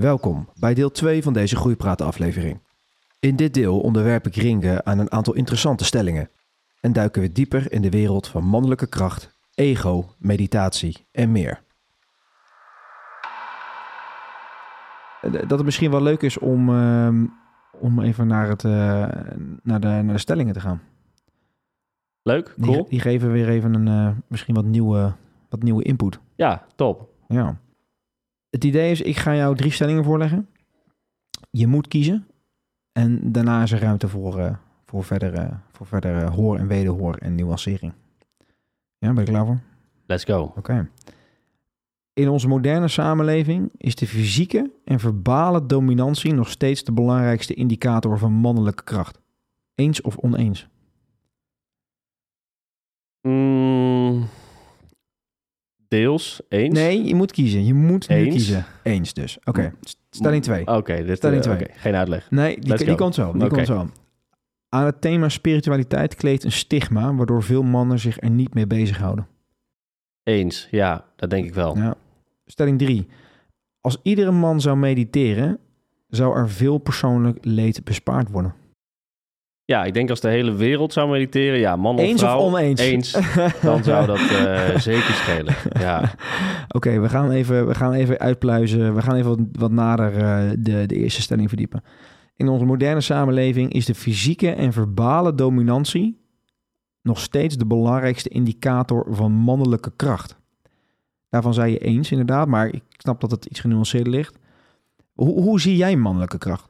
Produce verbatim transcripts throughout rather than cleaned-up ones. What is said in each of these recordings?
Welkom bij deel twee van deze Groeipraat-aflevering. In dit deel onderwerp ik Ringe aan een aantal interessante stellingen en duiken we dieper in de wereld van mannelijke kracht, ego, meditatie en meer. Dat het misschien wel leuk is om, uh, om even naar, het, uh, naar, de, naar de stellingen te gaan. Leuk, cool. Die, die geven weer even een uh, misschien wat nieuwe, wat nieuwe input. Ja, top. Ja. Het idee is, ik ga jou drie stellingen voorleggen. Je moet kiezen. En daarna is er ruimte voor, uh, voor verder, uh, voor verder uh, hoor en wederhoor en nuancering. Ja, ben je klaar voor? Let's go. Oké. Okay. In onze moderne samenleving is de fysieke en verbale dominantie nog steeds de belangrijkste indicator van mannelijke kracht. Eens of oneens? Mm, deels, eens. Nee, je moet kiezen. Je moet nu eens. kiezen. Eens dus. Oké, okay. Stelling twee. Oké, okay, dit stelling uh, twee. Okay. Geen uitleg. Nee, die, die komt zo. Die okay. komt zo. Aan het thema spiritualiteit kleeft een stigma, waardoor veel mannen zich er niet mee bezighouden. Eens, ja, dat denk ik wel. Ja. Stelling drie. Als iedere man zou mediteren, zou er veel persoonlijk leed bespaard worden. Ja, ik denk als de hele wereld zou mediteren, ja, man of eens vrouw. Eens of oneens? Eens, dan zou dat uh, zeker schelen, ja. Oké, okay, we gaan even, we gaan even uitpluizen. We gaan even wat, wat nader uh, de, de eerste stelling verdiepen. In onze moderne samenleving is de fysieke en verbale dominantie nog steeds de belangrijkste indicator van mannelijke kracht. Daarvan zei je eens inderdaad, maar ik snap dat het iets genuanceerder ligt. Hoe, hoe zie jij mannelijke kracht?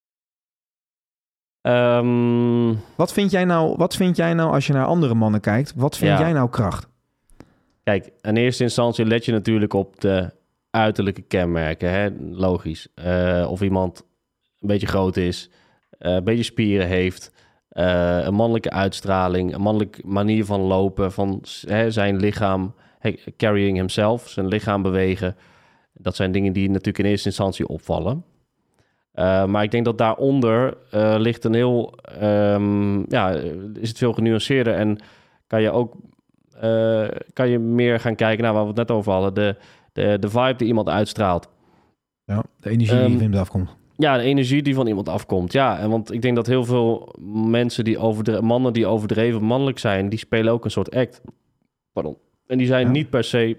Um, wat, vind jij nou, wat vind jij nou als je naar andere mannen kijkt? Wat vind ja. jij nou kracht? Kijk, in eerste instantie let je natuurlijk op de uiterlijke kenmerken. Hè? Logisch. Uh, of iemand een beetje groot is, uh, een beetje spieren heeft, uh, een mannelijke uitstraling, een mannelijke manier van lopen, van hè, zijn lichaam, hey, carrying himself, zijn lichaam bewegen. Dat zijn dingen die natuurlijk in eerste instantie opvallen. Uh, maar ik denk dat daaronder uh, ligt een heel, um, ja, is het veel genuanceerder en kan je ook, uh, kan je meer gaan kijken naar waar we het net over hadden, de, de, de vibe die iemand uitstraalt. Ja, de energie um, die van iemand afkomt. Ja, de energie die van iemand afkomt, ja. En want ik denk dat heel veel mensen die overdreven, mannen die overdreven mannelijk zijn, die spelen ook een soort act. Pardon. En die zijn ja. niet per se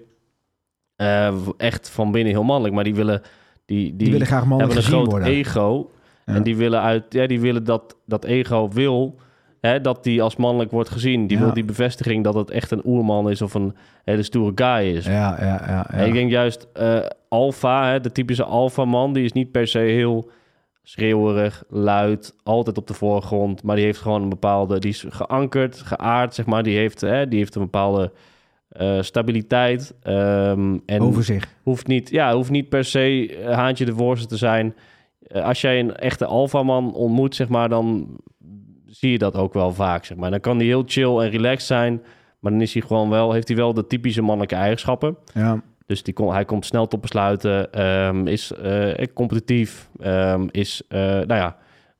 uh, echt van binnen heel mannelijk, maar die willen Die, die, die willen graag mannelijk hebben een groot worden. ego. Ja. En die willen uit, ja, die willen dat dat ego wil, hè, dat die als mannelijk wordt gezien. Die ja. wil die bevestiging dat het echt een oerman is of een hele stoere guy is. Ja, ja, ja, ja. En ik denk juist uh, alfa, hè, de typische alfa man, die is niet per se heel schreeuwerig, luid, altijd op de voorgrond, maar die heeft gewoon een bepaalde, die is geankerd, geaard, zeg maar. Die heeft, hè, die heeft een bepaalde Uh, stabiliteit. Um, en over zich. Hoeft niet, ja, hoeft niet per se uh, haantje de voorste te zijn. Uh, als jij een echte alfaman ontmoet, zeg maar, dan zie je dat ook wel vaak, zeg maar. Dan kan hij heel chill en relaxed zijn, maar dan is hij gewoon wel, heeft hij wel de typische mannelijke eigenschappen. Ja. Dus die kon, hij komt snel tot besluiten, um, is uh, competitief, um, is, uh, nou ja,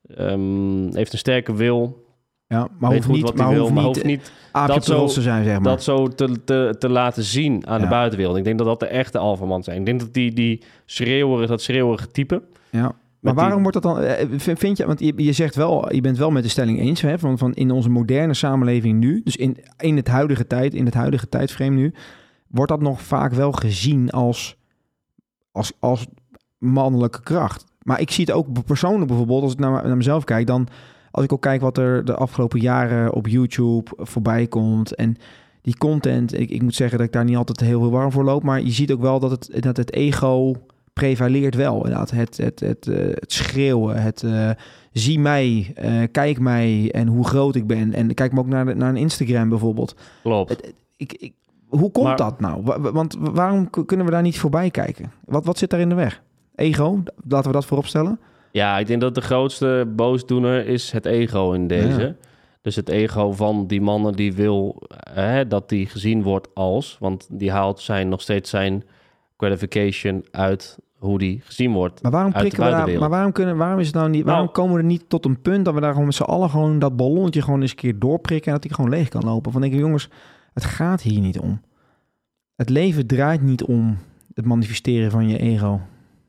um, heeft een sterke wil. Ja, maar hoeft niet, wat maar wil, hoeft maar niet, hoeft niet dat zo te zijn, zeg maar. Dat zo te, te, te laten zien aan ja. de buitenwereld. Ik denk dat dat de echte alfaman zijn. Ik denk dat die, die schreeuwerig, dat schreeuwerige type. Ja. Maar waarom die... wordt dat dan? Vind je, want je, je zegt wel, je bent wel met de stelling eens, hè, van, van in onze moderne samenleving nu, dus in, in het huidige tijd, in het huidige tijdframe nu, wordt dat nog vaak wel gezien als, als, als mannelijke kracht. Maar ik zie het ook persoonlijk bijvoorbeeld, als ik naar, naar mezelf kijk, dan als ik ook kijk wat er de afgelopen jaren op YouTube voorbij komt en die content, ik, ik moet zeggen dat ik daar niet altijd heel, heel warm voor loop, maar je ziet ook wel dat het, dat het ego prevaleert wel. Inderdaad, het, het, het, uh, het schreeuwen, het uh, zie mij, uh, kijk mij en hoe groot ik ben. En kijk me ook naar, de, naar een Instagram bijvoorbeeld. Klopt. Het, ik, ik, hoe komt maar... dat nou? Want waarom kunnen we daar niet voorbij kijken? Wat, wat zit daar in de weg? Ego, laten we dat voorop stellen. Ja, ik denk dat de grootste boosdoener is het ego in deze. Ja. Dus het ego van die mannen die wil hè, dat die gezien wordt als, want die haalt zijn nog steeds zijn gratification uit hoe die gezien wordt. Maar waarom prikken we daar, maar waarom kunnen, waarom is het nou niet, waarom nou, komen we er niet tot een punt dat we daar gewoon met z'n allen gewoon dat ballonnetje gewoon eens een keer doorprikken en dat die gewoon leeg kan lopen? Van denk ik, jongens, het gaat hier niet om. Het leven draait niet om het manifesteren van je ego.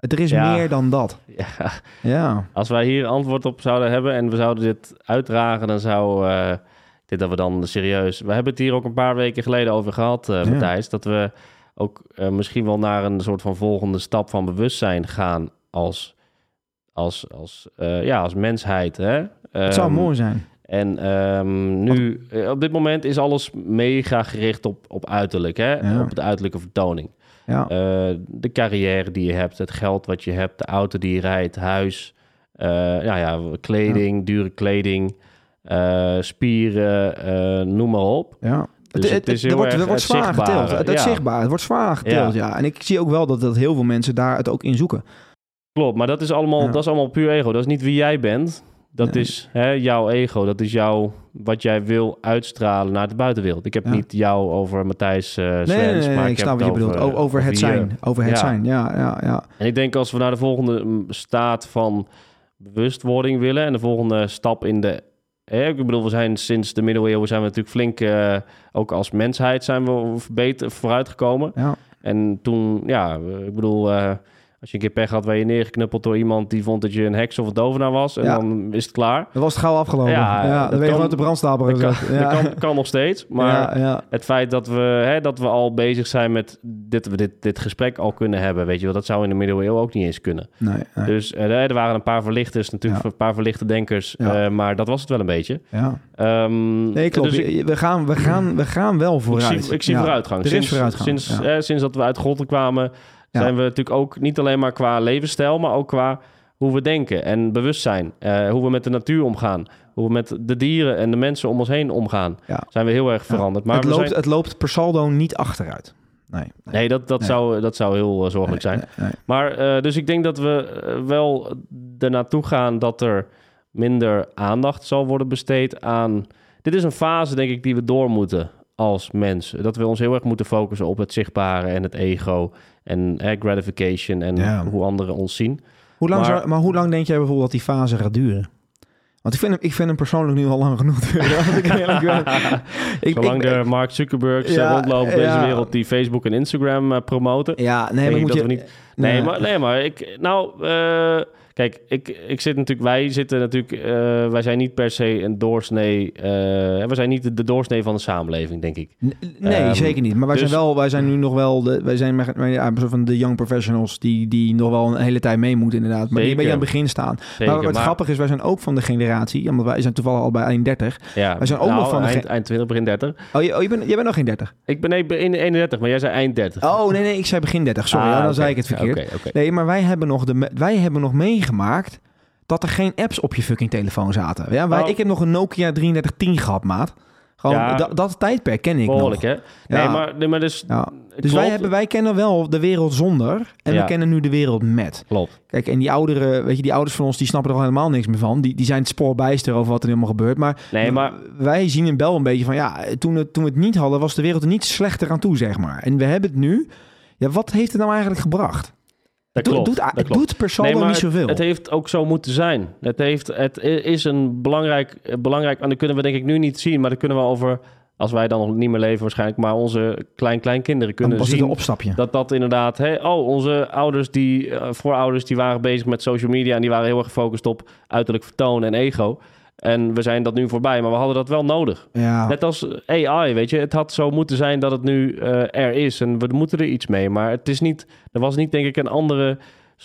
Er is Ja. meer dan dat. Ja. Ja. Als wij hier antwoord op zouden hebben en we zouden dit uitdragen, dan zou uh, ik denk dat we dan serieus... We hebben het hier ook een paar weken geleden over gehad, uh, Ja. Matthijs, dat we ook uh, misschien wel naar een soort van volgende stap van bewustzijn gaan als, als, als, uh, ja, als mensheid. Hè? Het zou Um, mooi zijn. En um, nu, uh, op dit moment is alles mega gericht op, op uiterlijk, hè? Ja. Op de uiterlijke vertoning. Ja. Uh, de carrière die je hebt, het geld wat je hebt, de auto die je rijdt, huis, uh, ja, ja, kleding, ja. dure kleding, uh, spieren, uh, noem maar op. Ja. Dus het, het is heel er wordt, erg er wordt zwaar zichtbare. geteeld. Het, het ja. zichtbaar. Het wordt zwaar geteeld, ja. ja. En ik zie ook wel dat, dat heel veel mensen daar het ook in zoeken. Klopt, maar dat is allemaal, Ja. dat is allemaal puur ego. Dat is niet wie jij bent. Dat Nee. is hè, jouw ego. Dat is jouw, wat jij wil uitstralen naar de buitenwereld. Ik heb Ja. niet jou over Matthijs uh, Svens, Nee, nee, nee, maar ik ik snap heb wat je het bedoelt. over, Over het je. zijn. Over het Ja. zijn, ja, ja, ja. En ik denk als we naar de volgende mm, staat van bewustwording willen en de volgende stap in de... Hè, ik bedoel, we zijn sinds de middeleeuwen zijn we natuurlijk flink, uh, ook als mensheid zijn we beter vooruitgekomen. ja. En toen, ja, ik bedoel, uh, als je een keer pech had, werd je neergeknuppeld door iemand die vond dat je een heks of een tovenaar was. En Ja. dan is het klaar. Dat was het gauw afgelopen. Ja, Ja, dat dan ben je kan- gewoon de brandstapel Dat kan, gezet. Ja. dat kan, kan nog steeds. Maar ja, ja. het feit dat we, hè, dat we al bezig zijn met dit, we dit, dit gesprek al kunnen hebben, weet je wel, dat zou in de middeleeuwen ook niet eens kunnen. Nee, nee. Dus uh, er waren een paar verlichters, natuurlijk Ja. een paar verlichte denkers, Ja. uh, maar dat was het wel een beetje. ja. Um, Nee, klopt. Dus ik, we, gaan, we, gaan, we gaan wel vooruit. ik zie, ik zie Ja. vooruitgang. Er is Sinds, vooruitgang, Sinds, ja. eh, sinds dat we uit Grotten kwamen, Ja. zijn we natuurlijk ook niet alleen maar qua levensstijl, maar ook qua hoe we denken en bewustzijn. Uh, hoe we met de natuur omgaan. Hoe we met de dieren en de mensen om ons heen omgaan. Ja. Zijn we heel erg veranderd. Maar het, we loopt, zijn... het loopt per saldo niet achteruit. Nee, nee. Nee, dat, dat, Nee. Zou, dat zou heel uh, zorgelijk Nee, zijn. nee, nee. Maar uh, dus ik denk dat we uh, wel ernaartoe gaan dat er minder aandacht zal worden besteed aan... Dit is een fase, denk ik, die we door moeten als mens. Dat we ons heel erg moeten focussen op het zichtbare en het ego en eh, gratification en Ja. hoe anderen ons zien. Hoe lang Maar- zou, maar hoe lang denk jij bijvoorbeeld dat die fase gaat duren? Want ik vind hem, ik vind hem persoonlijk nu al lang genoeg duren. Als ik eerlijk ben. ik, Zolang ik- er Mark Zuckerbergs Ja, ja, rondlopen op ja. deze wereld die Facebook en Instagram uh, promoten. Ja, nee, denk maar ik moet dat je... we niet... Nee, maar, nee, maar ik... Nou, uh, kijk, ik, ik zit natuurlijk... Wij zitten natuurlijk... Uh, wij zijn niet per se een doorsnee... Uh, wij zijn niet de, de doorsnee van de samenleving, denk ik. N- Nee, Ehm, zeker niet. Maar wij dus- zijn wel, wij zijn nu nog wel, de, wij zijn maar- maar ja, een soort van de young professionals die, die nog wel een hele tijd mee moeten inderdaad. Maar die een Zeker. beetje aan het begin staan. Zeker, maar wat grappig is, wij zijn ook van de generatie, omdat wij zijn toevallig al bij eenendertig. Ja, wij zijn ook nou, nog van de eind, ge- eind twintig, begin dertig. Oh, je, oh je bent, jij bent nog geen dertig? Ik ben nee, in eenendertig, maar jij zei eind dertig. Oh, nee, nee, ik zei begin dertig. Sorry, Ah, ja, dan oké. zei ik het verkeerd. Oké, oké. Nee, maar wij hebben, nog de, me- wij hebben nog meegemaakt dat er geen apps op je fucking telefoon zaten. Ja, wij, Nou- ik heb nog een Nokia drieëndertig tien gehad, maat. Gewoon, Ja. dat, dat tijdperk ken ik Behoorlijk, nog. hè? Nee, Ja. maar, nee, maar dus... Ja. Dus klopt. wij, hebben, wij kennen wel de wereld zonder en Ja. we kennen nu de wereld met. Klopt. Kijk, en die ouderen, weet je, die ouders van ons, die snappen er al helemaal niks meer van. Die, die zijn het spoorbijster over wat er helemaal gebeurt. Maar, Nee, maar... wij zien hem wel een beetje van, ja, toen, het, toen we het niet hadden, was de wereld er niet slechter aan toe, zeg maar. En we hebben het nu. Ja, wat heeft het nou eigenlijk gebracht? Dat Het doet- klopt. doet, dat het klopt. doet per saldo Nee, maar niet zoveel. Het, het heeft ook zo moeten zijn. Het, heeft, het is een belangrijk, belangrijk... En dat kunnen we denk ik nu niet zien, maar dat kunnen we over... Als wij dan nog niet meer leven waarschijnlijk, maar onze klein-kleinkinderen Dan kunnen was het zien... een opstapje. Dat dat inderdaad... Hè, oh, onze ouders, die uh, voorouders, die waren bezig met social media... en die waren heel erg gefocust op uiterlijk vertoon en ego. En we zijn dat nu voorbij, maar we hadden dat wel nodig. Ja. Net als A I, weet je. Het had zo moeten zijn dat het nu uh, er is. En we moeten er iets mee. Maar het is niet... Er was niet, denk ik, een andere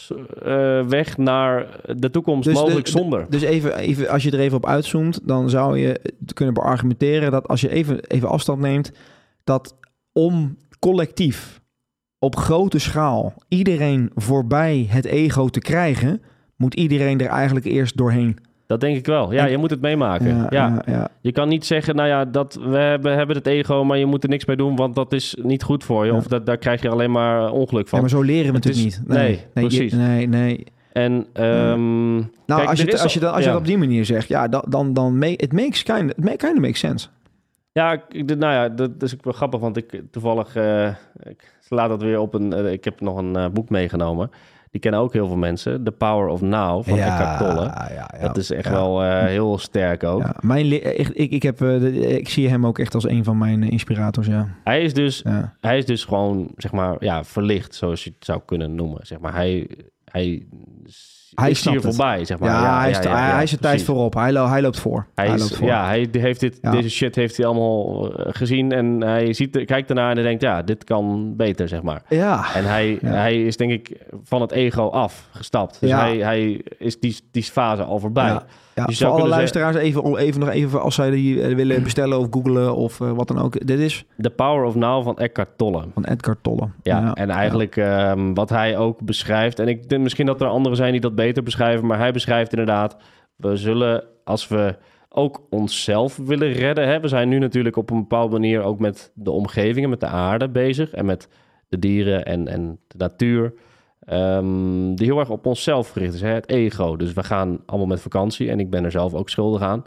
uh, weg naar de toekomst Dus mogelijk de- zonder. Dus even, even, als je er even op uitzoomt, dan zou je kunnen beargumenteren dat als je even, even afstand neemt, dat om collectief op grote schaal iedereen voorbij het ego te krijgen, moet iedereen er eigenlijk eerst doorheen. Dat denk ik wel. Ja, En- je moet het meemaken. Ja, ja, ja. Je kan niet zeggen, nou ja, dat we hebben, hebben het ego, maar je moet er niks mee doen, want dat is niet goed voor je. Ja. Of dat, daar krijg je alleen maar ongeluk van. Ja, maar zo leren we Het natuurlijk is- niet. nee, nee, precies. je- nee, nee. En um, Nou, kijk, als je, er het, is als je, al- dat, als je ja. dat op die manier zegt, ja, dan, dan, dan make, it makes kind, it kind of makes sense. Ja, ik, nou ja, dat is ook wel grappig, want ik toevallig, uh, ik laat dat weer op een, uh, ik heb nog een uh, boek meegenomen. Die kennen ook heel veel mensen. The Power of Now van Eckhart Tolle. Ja, ja, Dat is echt ja. wel uh, heel sterk ook. Ja, mijn le- ik, ik, ik, heb, uh, de- ik zie hem ook echt als een van mijn uh, inspirators, ja. Hij is dus, ja. hij is dus gewoon, zeg maar, ja, verlicht, zoals je het zou kunnen noemen. Zeg maar, hij, hij, Hij is hier snapt het. voorbij, zeg maar. Ja, Ja, hij is, ja, hij, ja, ja, hij is de tijd precies. voorop. Hij, lo- hij loopt voor. Hij Hij is, loopt voor. ja, hij heeft dit, Ja. deze shit heeft hij allemaal eh, gezien en hij ziet, kijkt ernaar en hij denkt, ja, dit kan beter, zeg maar. Ja. En hij, Ja. hij is denk ik van het ego afgestapt. Dus Ja. hij, hij is die, die fase al voorbij. Ja. Ja, Dus je voor zou alle kunnen luisteraars even, om even nog even als zij die eh, willen bestellen of googlen of uh, wat dan ook. Dit is The Power of Now van Eckhart Tolle. van Edgar Tolle. Ja, ja. en eigenlijk ja. um, wat hij ook beschrijft... en ik denk misschien dat er anderen zijn die dat beter beschrijven... maar hij beschrijft inderdaad... we zullen, als we ook onszelf willen redden... Hè, we zijn nu natuurlijk op een bepaalde manier... ook met de omgevingen, met de aarde bezig... en met de dieren en, en de natuur... Um, die heel erg op onszelf gericht is, hè? Het ego. Dus we gaan allemaal met vakantie... en ik ben er zelf ook schuldig aan...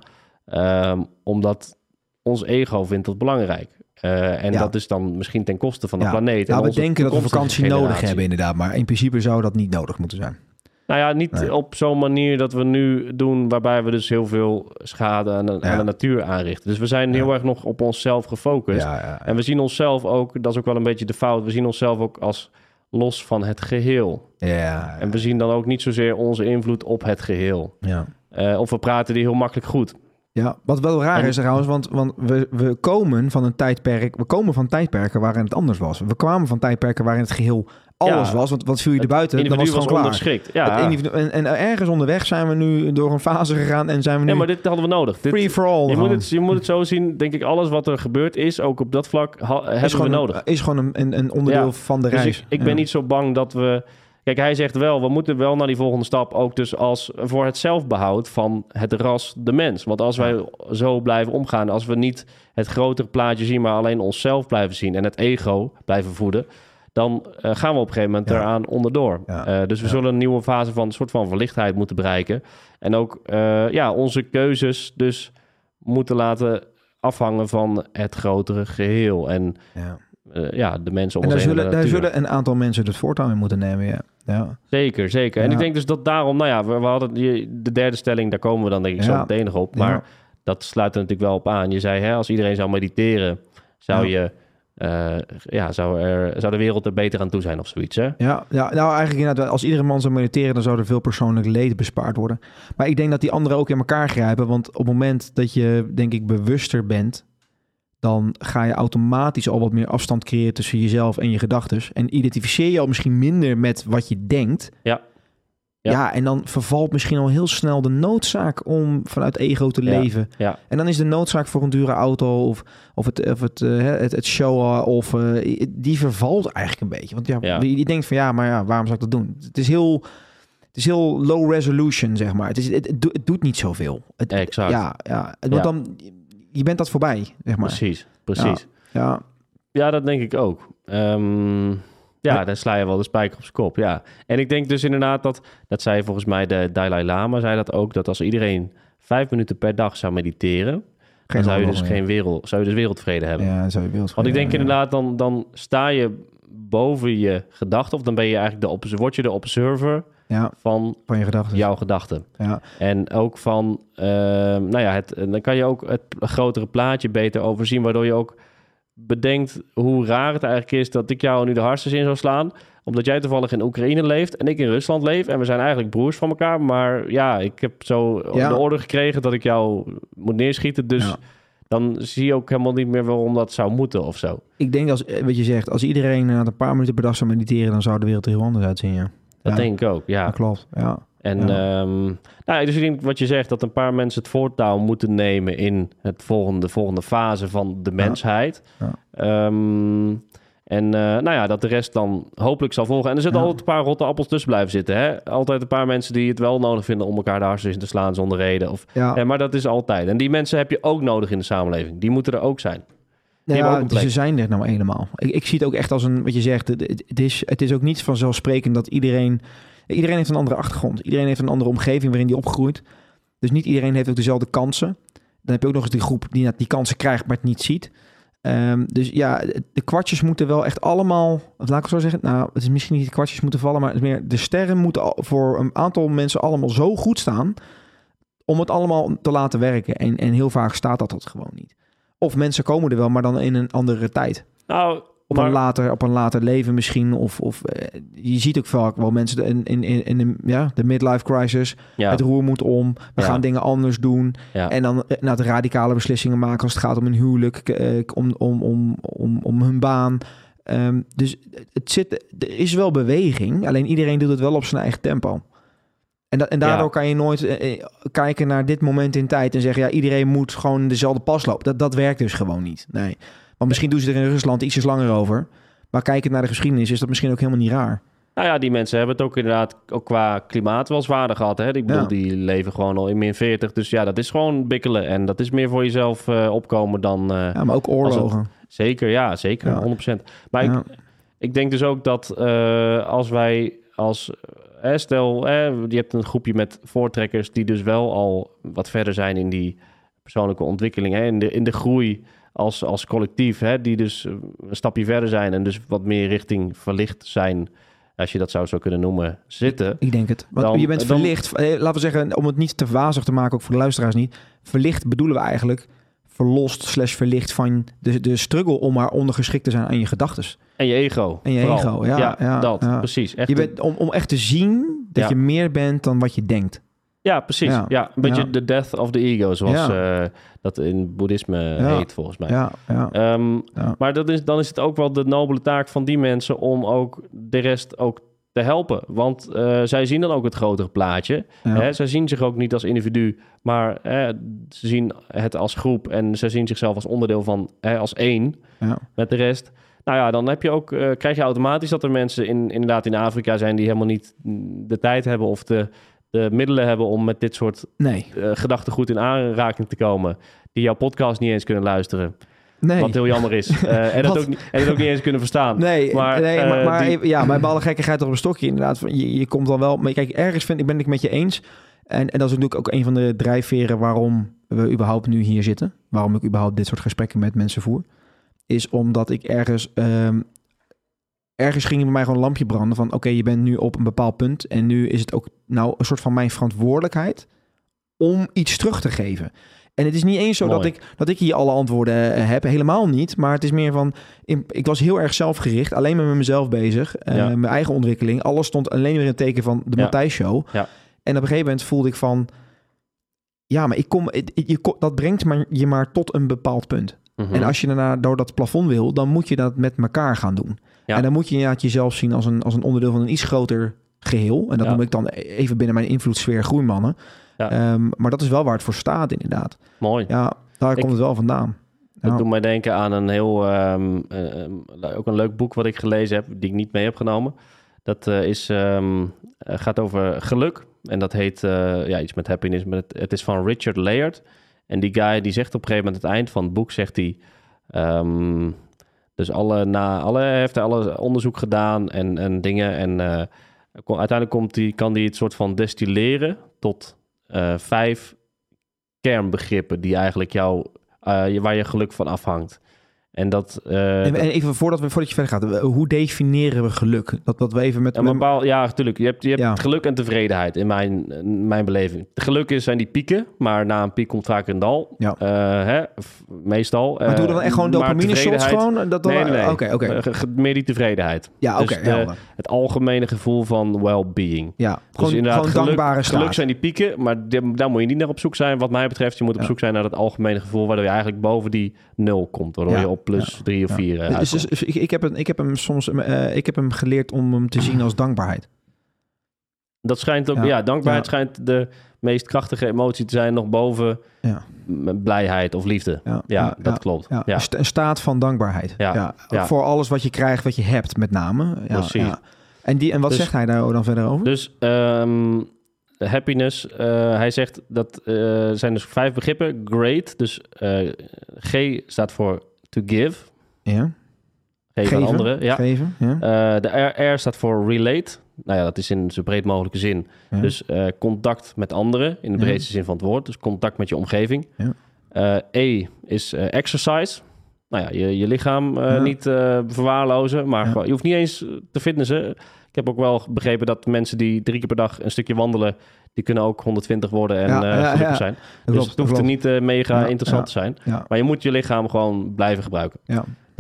Um, omdat ons ego vindt dat belangrijk... Uh, en ja. dat is dan misschien ten koste van de ja. planeet. Nou, en we denken dat we vakantie generatie. nodig hebben inderdaad. Maar in principe zou dat niet nodig moeten zijn. Nou ja, niet nee. op zo'n manier dat we nu doen... waarbij we dus heel veel schade aan de, ja. aan de natuur aanrichten. Dus we zijn heel ja. erg nog op onszelf gefocust. Ja, ja, ja. En we zien onszelf ook, dat is ook wel een beetje de fout... we zien onszelf ook als los van het geheel. Ja, ja. En we zien dan ook niet zozeer onze invloed op het geheel. Ja. Uh, of we praten die heel makkelijk goed... Ja, wat wel raar en, is trouwens, want, want we, we komen van een tijdperk... We komen van tijdperken waarin het anders was. We kwamen van tijdperken waarin het geheel alles ja, was. Want wat viel je erbuiten, dan was het gewoon was klaar. Ja. Het individu- en, en ergens onderweg zijn we nu door een fase gegaan en zijn we nu... Ja, maar dit hadden we nodig. Free dit, for all. Je moet, het, je moet het zo zien, denk ik, alles wat er gebeurd is, ook op dat vlak, ha, hebben we een, nodig. Is gewoon een, een onderdeel ja. van de dus reis. Ik, ik ja. ben niet zo bang dat we... Kijk, hij zegt wel, we moeten wel naar die volgende stap... ook dus als voor het zelfbehoud van het ras de mens. Want als wij ja. zo blijven omgaan... als we niet het grotere plaatje zien... maar alleen onszelf blijven zien... en het ego blijven voeden... dan uh, gaan we op een gegeven moment ja. eraan onderdoor. Ja. Uh, dus we ja. zullen een nieuwe fase van... een soort van verlichtheid moeten bereiken. En ook uh, ja, onze keuzes dus moeten laten afhangen... van het grotere geheel. En... Ja. Uh, ja, de mensen om en ons daar heen. Zullen, daar zullen een aantal mensen het voortouw in moeten nemen, ja. ja. Zeker, zeker. En ja. ik denk dus dat daarom, nou ja, we, we hadden die, de derde stelling, daar komen we dan denk ik ja. zo meteen nog op. Maar ja. dat sluit er natuurlijk wel op aan. Je zei, hè, als iedereen zou mediteren, zou ja. je, uh, ja, zou, er, zou de wereld er beter aan toe zijn of zoiets, hè? Ja, ja, nou eigenlijk inderdaad, als iedere man zou mediteren, dan zou er veel persoonlijk leed bespaard worden. Maar ik denk dat die anderen ook in elkaar grijpen, want op het moment dat je, denk ik, bewuster bent, dan ga je automatisch al wat meer afstand creëren tussen jezelf en je gedachten. En identificeer je al misschien minder met wat je denkt. Ja. Ja. ja, en dan vervalt misschien al heel snel de noodzaak om vanuit ego te ja. leven. Ja. En dan is de noodzaak voor een dure auto of, of het, of het, uh, het, het showen of uh, die vervalt eigenlijk een beetje. Want ja, ja. je denkt van ja, maar ja, waarom zou ik dat doen? Het is heel, het is heel low resolution, zeg maar. Het, is, het, het, het doet niet zoveel. Het, exact. Ja, ja. Want ja. dan... Je bent dat voorbij, zeg maar. Precies, precies. Ja, ja. ja dat denk ik ook. Um, ja, ja, dan sla je wel de spijker op zijn kop, ja. En ik denk dus inderdaad dat... Dat zei volgens mij de Dalai Lama, zei dat ook... dat als iedereen vijf minuten per dag zou mediteren... Geen dan zou je dus geen wereld, zou je dus wereldvrede hebben. Ja, zou je wereldvrede Want ik denk hebben, inderdaad, dan, dan sta je boven je gedachten... of dan ben je eigenlijk de, obs- word je de observer... Ja, van, van je gedachten. jouw gedachten. Ja. En ook van, uh, nou ja, het, dan kan je ook het grotere plaatje beter overzien, waardoor je ook bedenkt hoe raar het eigenlijk is dat ik jou nu de hartstikke in zou slaan, omdat jij toevallig in Oekraïne leeft en ik in Rusland leef en we zijn eigenlijk broers van elkaar, maar ja, ik heb zo ja. de orde gekregen dat ik jou moet neerschieten, dus... Ja. Dan zie je ook helemaal niet meer waarom dat zou moeten of zo. Ik denk, als wat je zegt, als iedereen uh, een paar minuten per dag zou mediteren, dan zou de wereld er heel anders uitzien, ja. Dat ja. denk ik ook, ja. Dat klopt, ja. En ja. Um, nou, dus ik denk wat je zegt, dat een paar mensen het voortouw moeten nemen in het volgende, volgende fase van de mensheid. Ja. Ja. Um, en uh, nou ja, dat de rest dan hopelijk zal volgen. En er zitten ja. altijd een paar rotte appels tussen blijven zitten. Hè? Altijd een paar mensen die het wel nodig vinden om elkaar de hartstikke in te slaan zonder reden. Of, ja. Ja, maar dat is altijd. En die mensen heb je ook nodig in de samenleving. Die moeten er ook zijn. Ja, ze zijn er nou helemaal. Ik, ik zie het ook echt als een, wat je zegt, het, het, is, het is ook niet vanzelfsprekend dat iedereen... Iedereen heeft een andere achtergrond. Iedereen heeft een andere omgeving waarin die opgroeit. Dus niet iedereen heeft ook dezelfde kansen. Dan heb je ook nog eens die groep die die kansen krijgt, maar het niet ziet. Um, dus ja, de kwartjes moeten wel echt allemaal... Laat ik het zo zeggen. Nou, het is misschien niet de kwartjes moeten vallen, maar het is meer de sterren moeten voor een aantal mensen allemaal zo goed staan om het allemaal te laten werken. En, en heel vaak staat dat dat gewoon niet. Of mensen komen er wel, maar dan in een andere tijd. Nou, op, Maar- een later, op een later leven misschien. Of, of uh, je ziet ook vaak wel mensen in, in, in, in de, ja, de midlife crisis. Ja, Het roer moet om. We Ja. gaan dingen anders doen. ja. En dan uh, nou, de radicale beslissingen maken als het gaat om een huwelijk. Uh, om, om, om, om, om hun baan. Um, dus het zit, er is wel beweging. Alleen iedereen doet het wel op zijn eigen tempo. En, da- en daardoor Ja. kan je nooit uh, kijken naar dit moment in tijd en zeggen, ja, iedereen moet gewoon dezelfde pas lopen. Dat, dat werkt dus gewoon niet. Nee. Want misschien doen ze er in Rusland ietsjes langer over. Maar kijkend naar de geschiedenis is dat misschien ook helemaal niet raar. Nou ja, die mensen hebben het ook inderdaad ook qua klimaat wel zwaarder gehad. Hè? Ik bedoel, Ja. die leven gewoon al in min veertig. Dus ja, dat is gewoon bikkelen. En dat is meer voor jezelf uh, opkomen dan... Uh, Ja, maar ook oorlogen. Zeker, ja, zeker. Ja. honderd procent. Maar Ja. ik, ik denk dus ook dat uh, als wij als... Eh, stel, eh, je hebt een groepje met voortrekkers die dus wel al wat verder zijn in die persoonlijke ontwikkeling. Hè? In, de, in de groei als, als collectief. Hè? Die dus een stapje verder zijn en dus wat meer richting verlicht zijn... als je dat zou zo kunnen noemen, zitten. Ik denk het. Want Dan- je bent dan- verlicht. Eh, laten we zeggen, om het niet te wazig te maken, ook voor de luisteraars niet. Verlicht bedoelen we eigenlijk verlost slash verlicht van de, de struggle om maar ondergeschikt te zijn aan je gedachtes. En je ego. En je vooral. ego, ja, ja, dat, ja. precies. Echt Je een- bent, om, om echt te zien dat Ja. je meer bent dan wat je denkt. Ja, precies. Ja. Ja, een beetje Ja. de death of the ego, zoals Ja. eh, dat in boeddhisme Ja. heet, volgens mij. Ja, ja. Ehm, Ja. Maar dat is, dan is het ook wel de nobele taak van die mensen om ook de rest ook te helpen. Want eh, zij zien dan ook het grotere plaatje. Ja. Hè? Zij zien zich ook niet als individu, maar hè, ze zien het als groep en zij zien zichzelf als onderdeel van, hè, als één Ja. met de rest. Nou ja, dan heb je ook, eh, krijg je automatisch dat er mensen in, inderdaad in Afrika zijn die helemaal niet de tijd hebben of de, de middelen hebben om met dit soort Nee. uh, gedachtegoed in aanraking te komen. Die jouw podcast niet eens kunnen luisteren. Nee. Wat heel jammer is. Uh, en, dat Wat? ook, niet- en het ook niet eens kunnen verstaan. Nee, Maar, nee, eh, maar, maar die- even- ja, maar bij alle gekkigheid op een stokje inderdaad. Je, je komt dan wel... Maar kijk, ergens vind, ik ben ik met je eens. En, en dat is natuurlijk ook een van de drijfveren waarom we überhaupt nu hier zitten. Waarom ik überhaupt dit soort gesprekken met mensen voer. Is omdat ik ergens... Um, ergens ging er bij mij gewoon een lampje branden van... Oké, je bent nu op een bepaald punt. En nu is het ook nou een soort van mijn verantwoordelijkheid... om iets terug te geven. En het is niet eens zo Mooi. dat ik, dat ik hier alle antwoorden uh, heb. Helemaal niet. Maar het is meer van... In, ik was heel erg zelfgericht. Alleen maar met mezelf bezig. Uh, Ja. Mijn eigen ontwikkeling. Alles stond alleen weer in het teken van de Ja. Matthijs Show. Ja. En op een gegeven moment voelde ik van... Ja, maar ik kom, het- je, ko- dat brengt maar, je maar tot een bepaald punt. Mhm. En als je daarna door dat plafond wil... dan moet je dat met elkaar gaan doen. Ja. En dan moet je inderdaad jezelf zien als een, als een onderdeel van een iets groter geheel. En dat Ja. noem ik dan even binnen mijn invloedssfeer groeimannen. Ja. Um, maar dat is wel waar het voor staat inderdaad. Mooi. Ja, daar Ik- komt het wel vandaan. Dat Ja. doet mij denken aan een heel... ehm, eh, ehm, ook een leuk boek wat ik gelezen heb... die ik niet mee heb genomen. Dat eh, is, ehm, eh, gaat over geluk. En dat heet uh, ja, iets met happiness. Maar het, het is van Richard Layard. En die guy die zegt op een gegeven moment... aan het eind van het boek zegt hij... Um, dus alle, na, alle, heeft hij alle onderzoek gedaan en, en dingen. En uh, kom, uiteindelijk komt die, kan hij het soort van destilleren... tot uh, vijf kernbegrippen... die eigenlijk jou, uh, waar je geluk van afhangt. En dat... Uh, en, en even voordat, we, voordat je verder gaat, hoe definiëren we geluk? Dat, dat we even met... Een bepaal, ja, natuurlijk. Je hebt, je hebt Ja. geluk en tevredenheid in mijn, in mijn beleving. Geluk is, zijn die pieken, maar na een piek komt vaak een dal. Ja. Uh, hè, f- meestal. Maar doen we dan echt gewoon dopamine shots gewoon? Dat dan, Nee, nee, nee. Oké, oké. Uh, ge- ge- meer die tevredenheid. Ja, oké. Dus de- helder. het algemene gevoel van well-being. Ja, Dus gewoon, inderdaad, gewoon dankbare geluk, staat. geluk zijn die pieken, maar die- daar moet je niet naar op zoek zijn. Wat mij betreft, je moet op Ja. zoek zijn naar het algemene gevoel... waardoor je eigenlijk boven die nul komt. Waardoor Ja. je op plus Ja. drie of Ja. vier uh, Dus, dus, dus ik, ik, heb een, ik heb hem soms uh, ik heb hem geleerd om hem te zien als dankbaarheid. Dat schijnt ook, ja, Ja. dankbaarheid Ja. schijnt de meest krachtige emotie te zijn, nog boven Ja. m- blijheid of liefde. Ja, Ja, ja, dat ja, klopt. Ja. Ja. Een sta- Een staat van dankbaarheid. Ja, Ja. ja. Voor alles wat je krijgt, wat je hebt met name. Ja, Precies. ja. En, die, en wat Dus- zegt hij daar dan verder over? Dus um, happiness, uh, hij zegt dat uh, zijn dus vijf begrippen. Great, dus uh, G staat voor to give. ja. Geven aan anderen. Ja. Geven, ja. Uh, de R, R staat voor relate. Nou ja, dat is in zo breed mogelijke zin. Ja. Dus uh, contact met anderen, in de Ja. breedste zin van het woord. Dus contact met je omgeving. Ja. Uh, E is uh, exercise. Nou ja, je, je lichaam uh, Ja. niet uh, verwaarlozen, maar Ja. gewoon, je hoeft niet eens te fitnessen. Ik heb ook wel begrepen dat mensen die drie keer per dag een stukje wandelen, die kunnen ook honderdtwintig worden en Ja, uh, ja, gelukkig ja. zijn. Dat Dus klopt, het hoeft dat er klopt. niet uh, mega Ja, interessant ja. te zijn. Ja, Maar je moet je lichaam gewoon blijven gebruiken. ja.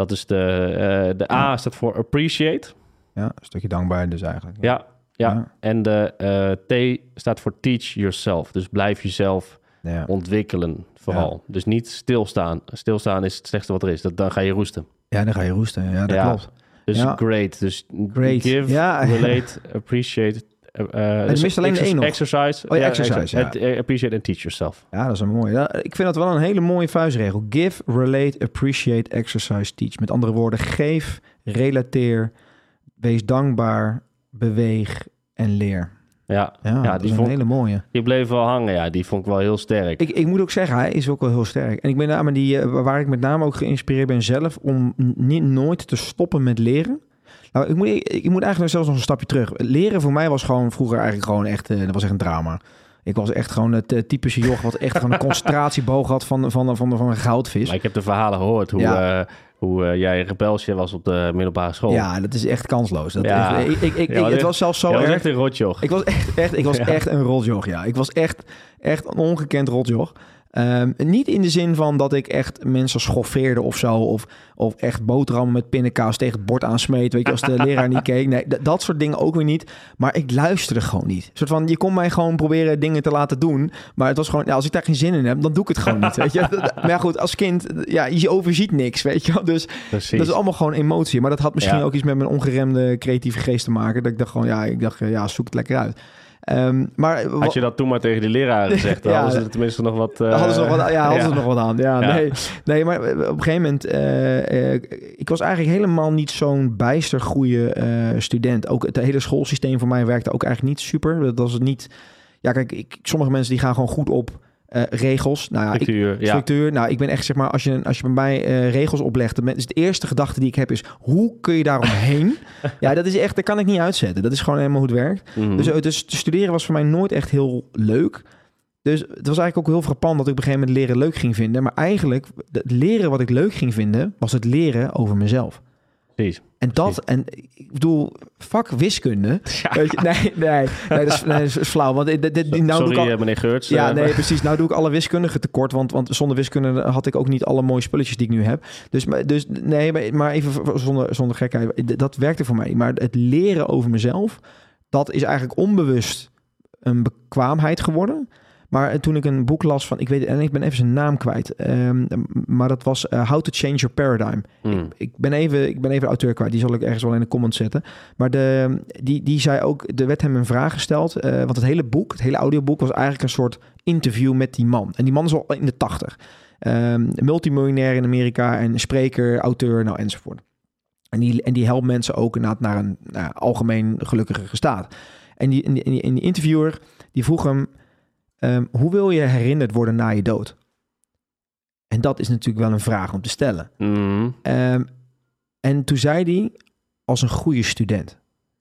Dat is de, uh, de A Ja. staat voor appreciate. Ja, een stukje dankbaar dus eigenlijk. Ja, ja. Ja. En de uh, T staat voor teach yourself. Dus blijf jezelf Ja. ontwikkelen vooral. Dus niet stilstaan. Stilstaan is het slechtste wat er is. Dat, dan ga je roesten. Ja, dan ga je roesten. Ja, dat Ja. klopt. Dus Ja. great. Dus Great. give, Ja. relate, appreciate. Uh, En mist alleen de één nog. Exercise. Oh ja, exercise, exa- ja. Appreciate and teach yourself. Ja, dat is een mooie. Ja, ik vind dat wel een hele mooie vuistregel. Give, relate, appreciate, exercise, teach. Met andere woorden, geef, relateer, wees dankbaar, beweeg en leer. Ja, Ja, ja dat die, is een vond, hele mooie. die bleef wel hangen. Ja, die vond ik wel heel sterk. Ik, ik moet ook zeggen, hij is ook wel heel sterk. En ik ben daar, maar die, uh, waar ik met name ook geïnspireerd ben zelf... om niet nooit te stoppen met leren. Nou, ik moet, ik, ik moet eigenlijk zelfs nog een stapje terug. Leren voor mij was gewoon vroeger eigenlijk gewoon echt... Uh, dat was echt een drama. Ik was echt gewoon het uh, typische joch... wat echt gewoon een concentratieboog had van, van, van, van een goudvis. Maar ik heb de verhalen gehoord hoe... Ja. Uh, hoe uh, jij rebelsje was op de middelbare school. Ja, dat is echt kansloos. Dat ja. echt, ik, ik, ik, ja, het echt, was zelfs zo ja, erg. was echt een rotjoch. Ik was echt, echt, ik was ja. echt een rotjoch, ja. Ik was echt, echt een ongekend rotjoch. Um, niet in de zin van dat ik echt mensen schoffeerde of zo... of, of echt boterhammen met pindakaas tegen het bord aansmeet... weet je, als de leraar niet keek. Nee, d- dat soort dingen ook weer niet. Maar ik luisterde gewoon niet. Een soort van, je kon mij gewoon proberen dingen te laten doen... maar het was gewoon, ja, als ik daar geen zin in heb... dan doe ik het gewoon niet, weet je. Maar ja, goed, als kind, ja, je overziet niks, weet je. Dus Precies. dat is allemaal gewoon emotie. Maar dat had misschien ja. ook iets met mijn ongeremde creatieve geest te maken... dat ik dacht gewoon, ja, ik dacht, ja, zoek het lekker uit. Um, maar, Had je dat toen maar tegen die leraren gezegd, dan ja, hadden ze er tenminste nog wat... Uh, hadden ze nog wat, ja, hadden ja. ze nog wat aan. Ja, ja. Nee, nee, maar op een gegeven moment... Uh, uh, ik was eigenlijk helemaal niet zo'n bijster goede uh, student. Ook het hele schoolsysteem voor mij werkte ook eigenlijk niet super. Dat was het niet... Ja, kijk, ik, sommige mensen die gaan gewoon goed op... Uh, regels. Nou ja, structuur. Ik, structuur. Ja. Nou, ik ben echt, zeg maar, als je, als je bij mij uh, regels oplegt, dan is de eerste gedachte die ik heb is, hoe kun je daaromheen? Ja, dat is echt, dat kan ik niet uitzetten. Dat is gewoon helemaal hoe het werkt. Mm-hmm. Dus, dus studeren was voor mij nooit echt heel leuk. Dus het was eigenlijk ook heel frappant dat ik op een gegeven moment leren leuk ging vinden. Maar eigenlijk, het leren wat ik leuk ging vinden, was het leren over mezelf. Precies. En dat, en ik bedoel, vak wiskunde. Ja. Weet je, nee, nee, nee, dat is, nee, dat is flauau. Want dit, dit, nou Sorry, doe ik al, meneer Geurts. Ja, uh, nee, precies. Nou doe ik alle wiskundigen tekort. Want, want zonder wiskunde had ik ook niet alle mooie spulletjes die ik nu heb. Dus, dus nee, maar even zonder, zonder gekheid. Dat werkte voor mij. Maar het leren over mezelf, dat is eigenlijk onbewust een bekwaamheid geworden. Maar toen ik een boek las van, ik weet, en ik ben even zijn naam kwijt, um, maar dat was uh, How to Change Your Paradigm. Mm. Ik, ik ben even, ik ben even de auteur kwijt. Die zal ik ergens wel in de comments zetten. Maar de, die, die zei ook, er werd hem een vraag gesteld, uh, want het hele boek, het hele audioboek was eigenlijk een soort interview met die man. En die man is al in de tachtig, um, multimiljonair in Amerika en spreker, auteur, nou enzovoort. En die, en die helpt mensen ook naar, naar een nou, algemeen gelukkige staat. En die, en die, en die, en die interviewer die vroeg hem. Um, hoe wil je herinnerd worden na je dood? En dat is natuurlijk wel een vraag om te stellen. Mm. Um, en toen zei hij, als een goede student.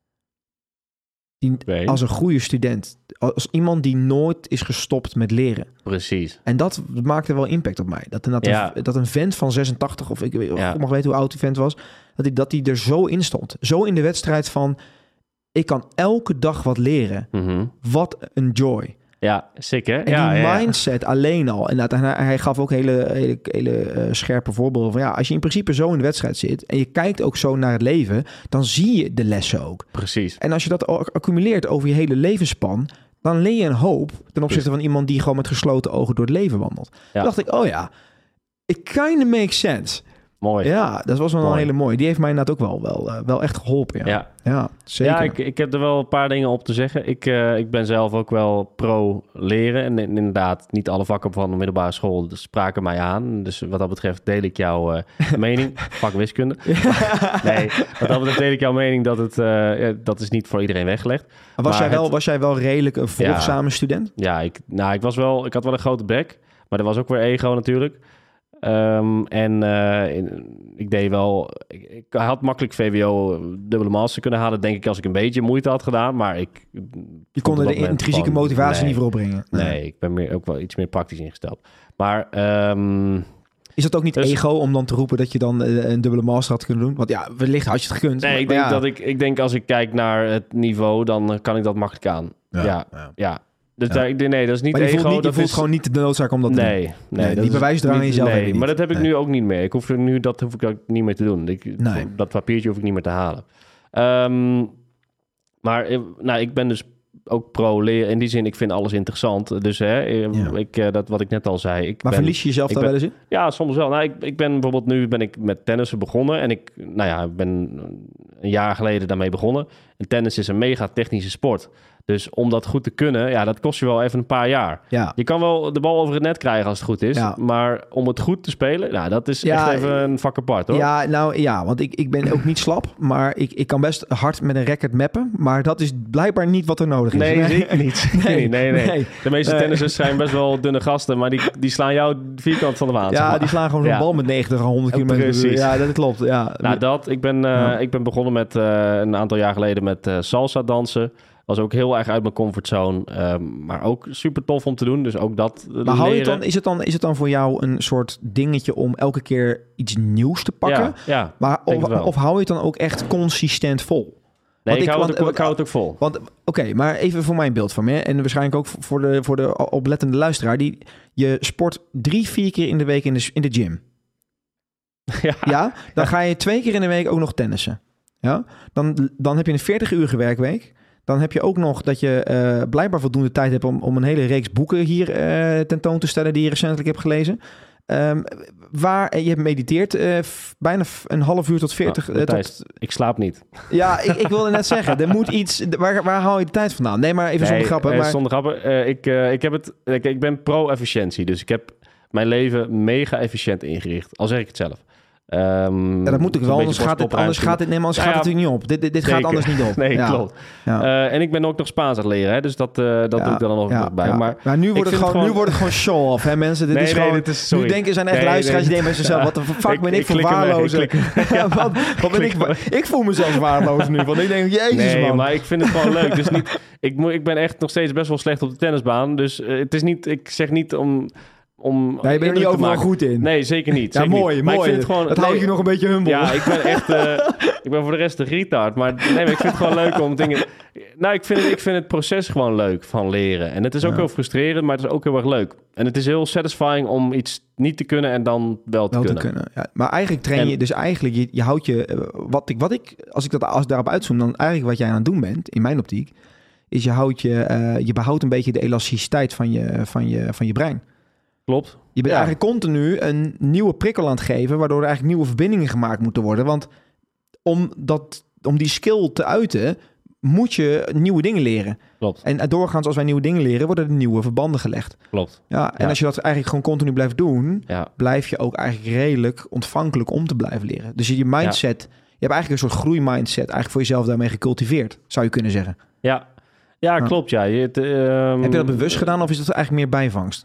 Die, nee. Als een goede student. Als iemand die nooit is gestopt met leren. Precies. En dat maakte wel impact op mij. Dat, dat, ja. een, dat een vent van zesentachtig, of ik, of ja. ik mag weten hoe oud die vent was, dat hij, dat hij er zo in stond. Zo in de wedstrijd van, ik kan elke dag wat leren. Mm-hmm. Wat een joy. Ja, sick hè? En ja, die ja, mindset ja. alleen al. En dat, hij, hij gaf ook hele, hele, hele uh, scherpe voorbeelden van ja, als je in principe zo in de wedstrijd zit en je kijkt ook zo naar het leven, dan zie je de lessen ook. Precies. En als je dat accumuleert over je hele levensspan, dan leer je een hoop ten opzichte van iemand die gewoon met gesloten ogen door het leven wandelt. Ja. Toen dacht ik, oh ja, it kind of makes sense. Mooi. Ja, dat was wel mooi. Een hele mooie. Die heeft mij inderdaad ook wel, wel, uh, wel echt geholpen. Ja, ja. ja zeker. Ja, ik, ik heb er wel een paar dingen op te zeggen. Ik, uh, ik ben zelf ook wel pro leren. En inderdaad, niet alle vakken van de middelbare school spraken mij aan. Dus wat dat betreft deel ik jouw uh, mening. Vak wiskunde. Nee, wat dat betreft deel ik jouw mening dat het uh, ja, dat is niet voor iedereen weggelegd. Was, maar jij, wel, het, was jij wel redelijk een volgzame ja, student? Ja, ik, nou, ik was wel, ik had wel een grote bek. Maar er was ook weer ego natuurlijk. Um, en uh, in, ik deed wel... Ik, ik had makkelijk V W O dubbele master kunnen halen, denk ik, als ik een beetje moeite had gedaan. Maar ik... Je kon er de intrinsieke gewoon, motivatie nee, niet voor opbrengen. Nee. nee, ik ben meer, ook wel iets meer praktisch ingesteld. Maar... Um, is dat ook niet dus, ego om dan te roepen dat je dan een dubbele master had kunnen doen? Want ja, wellicht had je het gekund. Nee, maar, ik denk ja. dat ik... Ik denk als ik kijk naar het niveau, dan kan ik dat makkelijk aan. Ja, ja. ja. Dat, Ja. nee, nee, dat is niet Maar je ego. voelt, niet, je dat voelt is... gewoon niet de noodzaak om dat te Nee, doen. nee, Nee, dat die is bewijsdrang in niet- jezelf heb Nee, je maar niet. dat heb ik Nee. nu ook niet meer. Ik hoef er nu, dat hoef ik ook niet meer te doen. Ik, Nee. Dat papiertje hoef ik niet meer te halen. Um, maar eh, nou, ik ben dus ook pro-leren. In die zin, ik vind alles interessant. Dus hè, eh, Ja. ik, uh, dat wat ik net al zei. Ik Maar ben, verlies je jezelf ik daar ben, wel eens in? Ja, soms wel. Nou, ik, ik ben bijvoorbeeld nu ben ik met tennissen begonnen. En ik nou ja, ben een jaar geleden daarmee begonnen. En tennis is een mega technische sport. Dus om dat goed te kunnen, ja, dat kost je wel even een paar jaar. Ja. Je kan wel de bal over het net krijgen als het goed is. Ja. Maar om het goed te spelen, nou, dat is Ja, echt even een vak apart, hoor. Ja, nou ja, want ik, ik ben ook niet slap, maar ik, ik kan best hard met een racket mappen. Maar dat is blijkbaar niet wat er nodig is. Nee, zeker niet. Nee, nee, nee. nee. De meeste Nee. tennissers zijn best wel dunne gasten, maar die, die slaan jou vierkant van de waan. zeg Ja, maar. die slaan gewoon zo'n Ja. bal met negentig, honderd Ja, kilometer. precies. Ja, dat klopt. Ja. Nou, dat. Ik ben, uh, Ja. ik ben begonnen met uh, een aantal jaar geleden met uh, salsa dansen. Was ook heel erg uit mijn comfortzone. Um, maar ook super tof om te doen. Dus ook dat uh, Maar hou je het leren. dan, is, het dan, is het dan voor jou een soort dingetje om elke keer iets nieuws te pakken? Ja, ja, maar denk of, het wel. of hou je het dan ook echt consistent vol? Nee, ik, ik- hou want- het ook, ik hou het ook vol. Want oké, okay, maar even voor mijn beeld van me. En waarschijnlijk ook voor de, voor de oplettende luisteraar. Die, je sport drie, vier keer in de week in de, in de gym. Ja. Ja, dan ga je twee keer in de week ook nog tennissen. Ja, dan, dan heb je een veertig-uurige werkweek. Dan heb je ook nog dat je uh, blijkbaar voldoende tijd hebt om, om een hele reeks boeken hier uh, tentoon te stellen die je recentelijk hebt gelezen. Um, waar je hebt mediteerd uh, f, bijna f, een half uur tot veertig. Nou, Matthijs, tot... Ik slaap niet. Ja, ik, ik wilde net zeggen, er moet iets. Waar, waar haal je de tijd vandaan? Nee, maar even nee, zonder grappen. Uh, maar... Zonder grappen. Uh, ik, uh, ik, heb het, ik, ik ben pro-efficiëntie, dus ik heb mijn leven mega efficiënt ingericht. Al zeg ik het zelf. Um, ja, dat moet ik wel, anders gaat het, anders gaat het, nee, anders ja, gaat het ja, natuurlijk niet op. Dit, dit, dit gaat anders niet op. Nee, ja. klopt. Ja. Uh, en ik ben ook nog Spaans aan het leren, hè, dus dat, uh, dat ja, doe ik dan nog ja, bij. Ja. Maar, maar nu wordt het gewoon, gewoon... nu wordt het gewoon show-off, hè mensen. Dit nee, is nee, gewoon, dit is, sorry. nu denken zijn echt nee, luisteraars die nee, denken bij zichzelf, wat de fuck ik, ben ik, ik voor waarlozen? Ja, wat wat ben ik, ik voel mezelf waarloos nu, want ik denk, jezus nee, man. maar ik vind het gewoon leuk. Dus niet, ik, moet, ik ben echt nog steeds best wel slecht op de tennisbaan, dus uh, het is niet, ik zeg niet om... Om ja, je bent er niet overal goed in. Nee, zeker niet. Ja, zeker mooi, niet. Maar mooi. Ik vind het gewoon, dat nee, houdt je nog een beetje humble. Ja, ik ben echt... Uh, ik ben voor de rest een retard. Maar nee, maar ik vind het gewoon leuk om dingen... Nou, ik vind, het, ik vind het proces gewoon leuk van leren. En het is ook ja. heel frustrerend, maar het is ook heel erg leuk. En het is heel satisfying om iets niet te kunnen en dan wel te wel kunnen. Te kunnen. Ja, maar eigenlijk train je... En, dus eigenlijk, je, je houdt je... Wat ik, wat ik... Als ik dat als ik daarop uitzoom, dan eigenlijk wat jij aan het doen bent, in mijn optiek, is je houdt je... Uh, je behoudt een beetje de elasticiteit van je, van je, van je brein. Klopt. Je bent ja. eigenlijk continu een nieuwe prikkel aan het geven, waardoor er eigenlijk nieuwe verbindingen gemaakt moeten worden. Want om, dat, om die skill te uiten, moet je nieuwe dingen leren. Klopt. En doorgaans als wij nieuwe dingen leren, worden er nieuwe verbanden gelegd. Klopt. Ja, en ja. als je dat eigenlijk gewoon continu blijft doen, ja. blijf je ook eigenlijk redelijk ontvankelijk om te blijven leren. Dus je mindset, ja. je hebt eigenlijk een soort groeimindset eigenlijk voor jezelf daarmee gecultiveerd, zou je kunnen zeggen. Ja, ja, ja. klopt. Ja. Je, het, um, Heb je dat bewust gedaan of is dat eigenlijk meer bijvangst?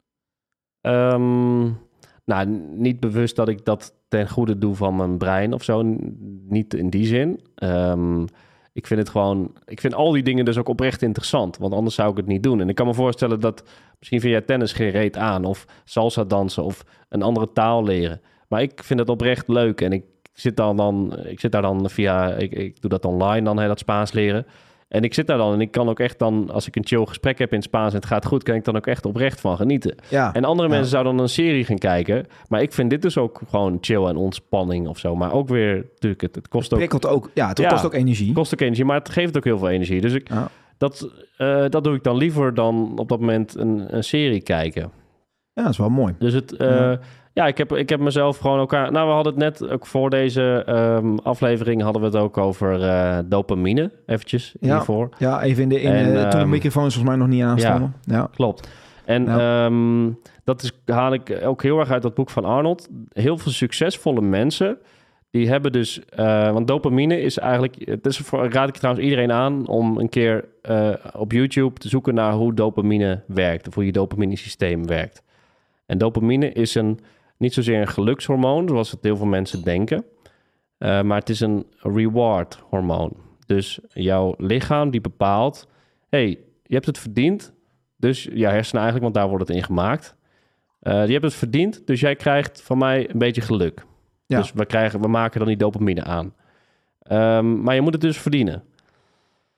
Um, nou, niet bewust dat ik dat ten goede doe van mijn brein of zo. Niet in die zin. Um, ik vind het gewoon... Ik vind al die dingen dus ook oprecht interessant. Want anders zou ik het niet doen. En ik kan me voorstellen dat... Misschien vind jij tennis geen reet aan. Of salsa dansen. Of een andere taal leren. Maar ik vind het oprecht leuk. En ik zit, dan, dan, ik zit daar dan via... Ik, ik doe dat online dan, hè, dat Spaans leren. En ik zit daar dan en ik kan ook echt dan... Als ik een chill gesprek heb in het Spaans en het gaat goed... kan ik dan ook echt oprecht van genieten. Ja, en andere ja. mensen zouden dan een serie gaan kijken. Maar ik vind dit dus ook gewoon chill en ontspanning of zo. Maar ook weer... Natuurlijk, het, het kost het prikkelt ook... ook ja, het ja, kost ook energie. Het kost ook energie, maar het geeft ook heel veel energie. Dus ik, ja. dat, uh, dat doe ik dan liever dan op dat moment een, een serie kijken. Ja, dat is wel mooi. Dus het... Uh, ja. Ja, ik heb, ik heb mezelf gewoon elkaar... Nou, we hadden het net ook voor deze um, aflevering... hadden we het ook over uh, dopamine. Eventjes ja, hiervoor. Ja, even in de... In en, de toen de um, microfoons volgens mij nog niet aanstonden. Ja, ja. klopt. En ja. um, dat is, haal ik ook heel erg uit dat boek van Arnold. Heel veel succesvolle mensen... die hebben dus... Uh, want dopamine is eigenlijk... Het is voor, raad ik trouwens iedereen aan... om een keer uh, op YouTube te zoeken naar hoe dopamine werkt. Of hoe je dopamine-systeem werkt. En dopamine is een... Niet zozeer een gelukshormoon, zoals het heel veel mensen denken. Uh, maar het is een reward hormoon. Dus jouw lichaam die bepaalt... hey, je hebt het verdiend. Dus je hersenen eigenlijk, want daar wordt het in gemaakt. Uh, je hebt het verdiend, dus jij krijgt van mij een beetje geluk. Ja. Dus we, krijgen, we maken dan die dopamine aan. Um, maar je moet het dus verdienen.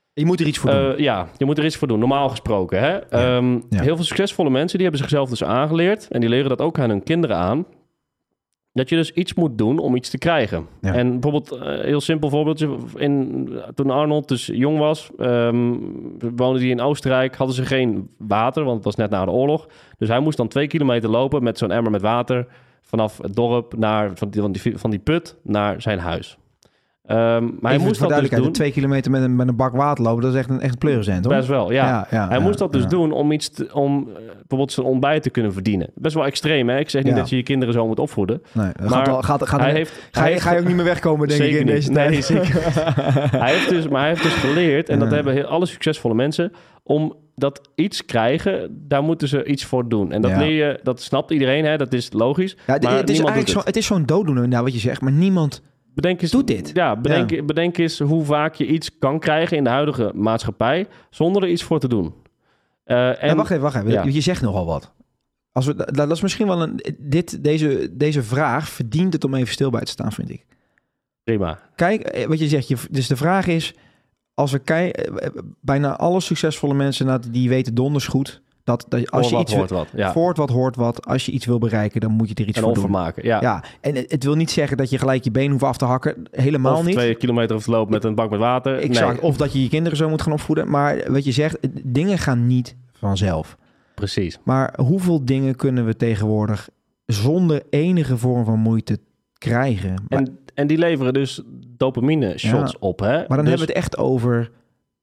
Je moet er iets voor doen. Uh, ja, je moet er iets voor doen, normaal gesproken. Hè? Ja. Um, ja. Heel veel succesvolle mensen die hebben zichzelf dus aangeleerd... en die leren dat ook aan hun kinderen aan... dat je dus iets moet doen om iets te krijgen. Ja. En bijvoorbeeld, een uh, heel simpel voorbeeldje... In, toen Arnold dus jong was... Um, woonde hij in Oostenrijk... hadden ze geen water, want het was net na de oorlog. Dus hij moest dan twee kilometer lopen... met zo'n emmer met water... vanaf het dorp naar, van, die, van, die, van die put naar zijn huis. Um, maar hij moest dat dus doen. Twee kilometer met een, met een bak water lopen, dat is echt een echt pleurisend, hoor. Best wel, ja. ja, ja hij ja, moest dat dus ja. doen om iets te, om uh, bijvoorbeeld zijn ontbijt te kunnen verdienen. Best wel extreem, hè? Ik zeg niet ja. dat je je kinderen zo moet opvoeden. Nee, maar gaat wel, gaat, gaat hij er, heeft, ga, je, ga je ook niet meer wegkomen, denk ik, in niet. deze nee, tijd. Zeker. hij heeft dus, maar hij heeft dus geleerd, en ja. dat hebben heel, alle succesvolle mensen, om dat iets krijgen, daar moeten ze iets voor doen. En dat ja. leer je, dat snapt iedereen, hè? Dat is logisch. Ja, d- maar het is eigenlijk zo, het. het is zo'n dooddoener, nou, wat je zegt, maar niemand... Bedenk eens, doet dit. Ja, bedenk, ja. bedenk eens hoe vaak je iets kan krijgen in de huidige maatschappij zonder er iets voor te doen. Uh, en, ja, wacht even, wacht even. Ja. Je zegt nogal wat. Als we, dat, dat is misschien wel een... Dit, deze, deze vraag verdient het om even stil bij te staan, vind ik. Prima. Kijk, wat je zegt. Je, dus de vraag is... Als we kijken... Bijna alle succesvolle mensen, die weten donders goed... Dat, dat als voor je wat iets hoort wat. Ja. Voort wat hoort wat. Als je iets wil bereiken, dan moet je er iets en voor doen. maken, ja. ja. En het, het wil niet zeggen dat je gelijk je been hoeft af te hakken. Helemaal of niet. twee kilometer of te lopen met een bak met water. Exact. Nee. Of dat je je kinderen zo moet gaan opvoeden. Maar wat je zegt, dingen gaan niet vanzelf. Precies. Maar hoeveel dingen kunnen we tegenwoordig zonder enige vorm van moeite krijgen? En, maar, en die leveren dus dopamine shots ja, op, hè? Maar dan dus... hebben we het echt over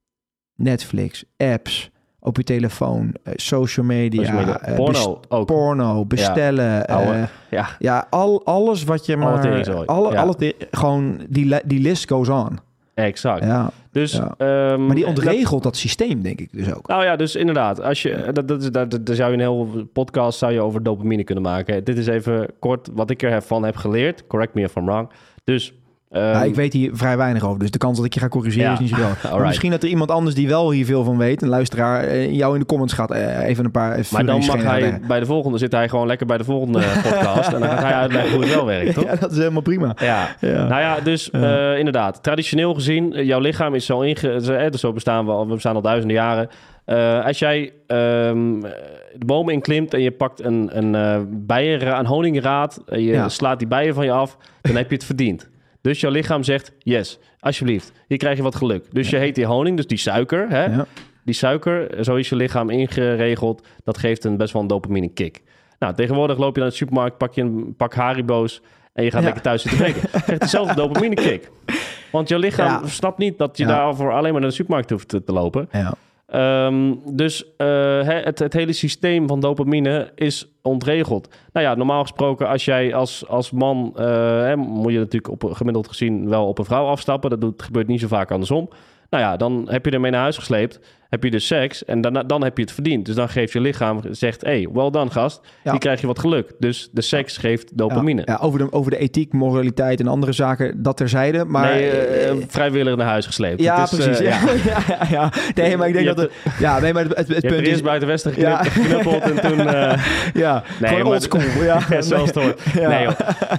Netflix, apps... Op je telefoon, uh, social media, social media. Uh, porno, best- porno bestellen. Ja, uh, ja. ja al, alles wat je maar... Alle, ja. alle, gewoon, die, die list goes on. Exact. Ja. Dus, ja. um, maar die ontregelt dat, dat systeem, denk ik dus ook. Nou ja, dus inderdaad. Als je, dat, dat, dat, dat, dat zou je een heel podcast zou je over dopamine kunnen maken. Dit is even kort wat ik ervan heb geleerd. Correct me if I'm wrong. Dus... Um, ja, ik weet hier vrij weinig over, dus de kans dat ik je ga corrigeren ja. is niet zo groot. Maar misschien dat er iemand anders die wel hier veel van weet, een luisteraar, uh, jou in de comments gaat uh, even een paar... Maar dan mag hij leggen. Bij de volgende, zit hij gewoon lekker bij de volgende podcast en dan gaat hij uitleggen hoe het wel werkt, toch? Ja, dat is helemaal prima. Ja, ja. Nou ja, dus ja. Uh, inderdaad, traditioneel gezien, uh, jouw lichaam is zo inge... Zo bestaan we al, we bestaan al duizenden jaren. Uh, als jij um, de bomen inklimt en je pakt een, een, uh, bijen, een honingraad, uh, je ja. slaat die bijen van je af, dan heb je het verdiend. Dus jouw lichaam zegt, yes, alsjeblieft, hier krijg je wat geluk. Dus je heet die honing, dus die suiker, hè? Ja. Die suiker, zo is je lichaam ingeregeld, dat geeft een best wel een dopamine kick. Nou, tegenwoordig loop je naar de supermarkt, pak je een pak Haribo's en je gaat ja. lekker thuis zitten breken. Je krijgt dezelfde dopamine kick. Want jouw lichaam ja. snapt niet dat je ja. daarvoor alleen maar naar de supermarkt hoeft te, te lopen. Ja. Um, dus uh, het, het hele systeem van dopamine is ontregeld. Nou ja, normaal gesproken als jij als, als man... Uh, hè, moet je natuurlijk op, gemiddeld gezien wel op een vrouw afstappen. Dat doet, gebeurt niet zo vaak andersom. Nou ja, dan heb je ermee naar huis gesleept. Heb je dus seks en dan, dan heb je het verdiend. Dus dan geeft je lichaam, zegt... hey, well done gast, ja. hier krijg je wat geluk. Dus de seks geeft dopamine. Ja, ja, over, de, over de ethiek, moraliteit en andere zaken, dat terzijde. Maar nee, uh, vrijwillig naar huis gesleept. Ja, het is, precies. Uh, ja. Ja, ja, ja. Nee, maar ik denk je dat... Het, ja, nee, maar het, het, het je punt is... eerst buiten Westen geknipt, ja. geknuppeld en toen... Uh, ja, nee, gewoon oldschool. Ja, ja, zoals het hoort. Ja. Nee, joh.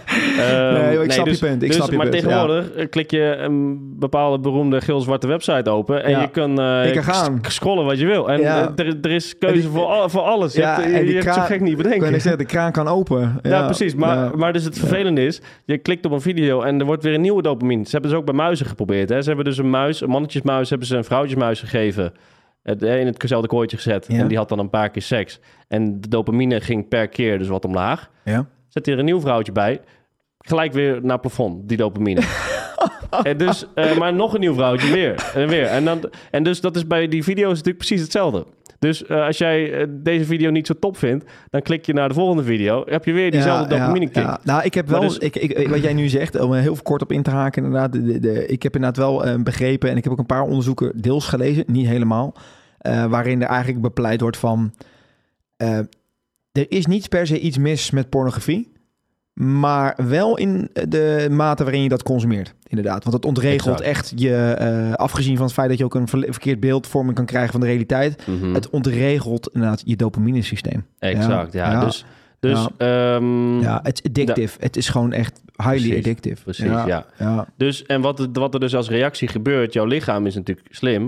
Um, nee, joh, ik nee, snap dus, je punt. Ik dus, snap je maar punt. tegenwoordig Ja. klik je een bepaalde beroemde geel-zwarte website open en ja. je kan, uh, ik kan gaan. scrollen wat je wil. En ja. er, er is keuze die, voor, al, voor alles. Je, ja, hebt, je, je hebt zo gek niet bedenken. Kan ik zeggen, de kraan kan open. Ja, ja precies. Maar, ja. maar dus het vervelende is, je klikt op een video en er wordt weer een nieuwe dopamine. Ze hebben dus ook bij muizen geprobeerd. Hè. Ze hebben dus een muis, een mannetjesmuis, hebben ze een vrouwtjesmuis gegeven. In hetzelfde kooitje gezet. Ja. En die had dan een paar keer seks. En de dopamine ging per keer dus wat omlaag. Ja. Zet hier een nieuw vrouwtje bij. Gelijk weer naar plafond, die dopamine. en dus, uh, maar nog een nieuw vrouwtje weer. En, weer. En, dan, en dus dat is bij die video's natuurlijk precies hetzelfde. Dus uh, als jij uh, deze video niet zo top vindt, dan klik je naar de volgende video. Heb je weer diezelfde ja, dopamine kick. Ja. Nou, ik heb wel, dus... ik, ik, wat jij nu zegt, om heel kort op in te haken, inderdaad. De, de, de, ik heb inderdaad wel uh, begrepen en ik heb ook een paar onderzoeken deels gelezen, niet helemaal, uh, waarin er eigenlijk bepleit wordt van, uh, er is niet per se iets mis met pornografie. Maar wel in de mate waarin je dat consumeert, inderdaad. Want het ontregelt exact. echt je, uh, afgezien van het feit dat je ook een verkeerd beeldvorming kan krijgen van de realiteit. Mm-hmm. Het ontregelt inderdaad je dopamine systeem. Exact, ja. ja. ja. Dus, dus, ja. Um, ja, het is addictive. Da- het is gewoon echt highly precies, addictive. Precies, ja. ja. ja. Dus, en wat, wat er dus als reactie gebeurt, jouw lichaam is natuurlijk slim.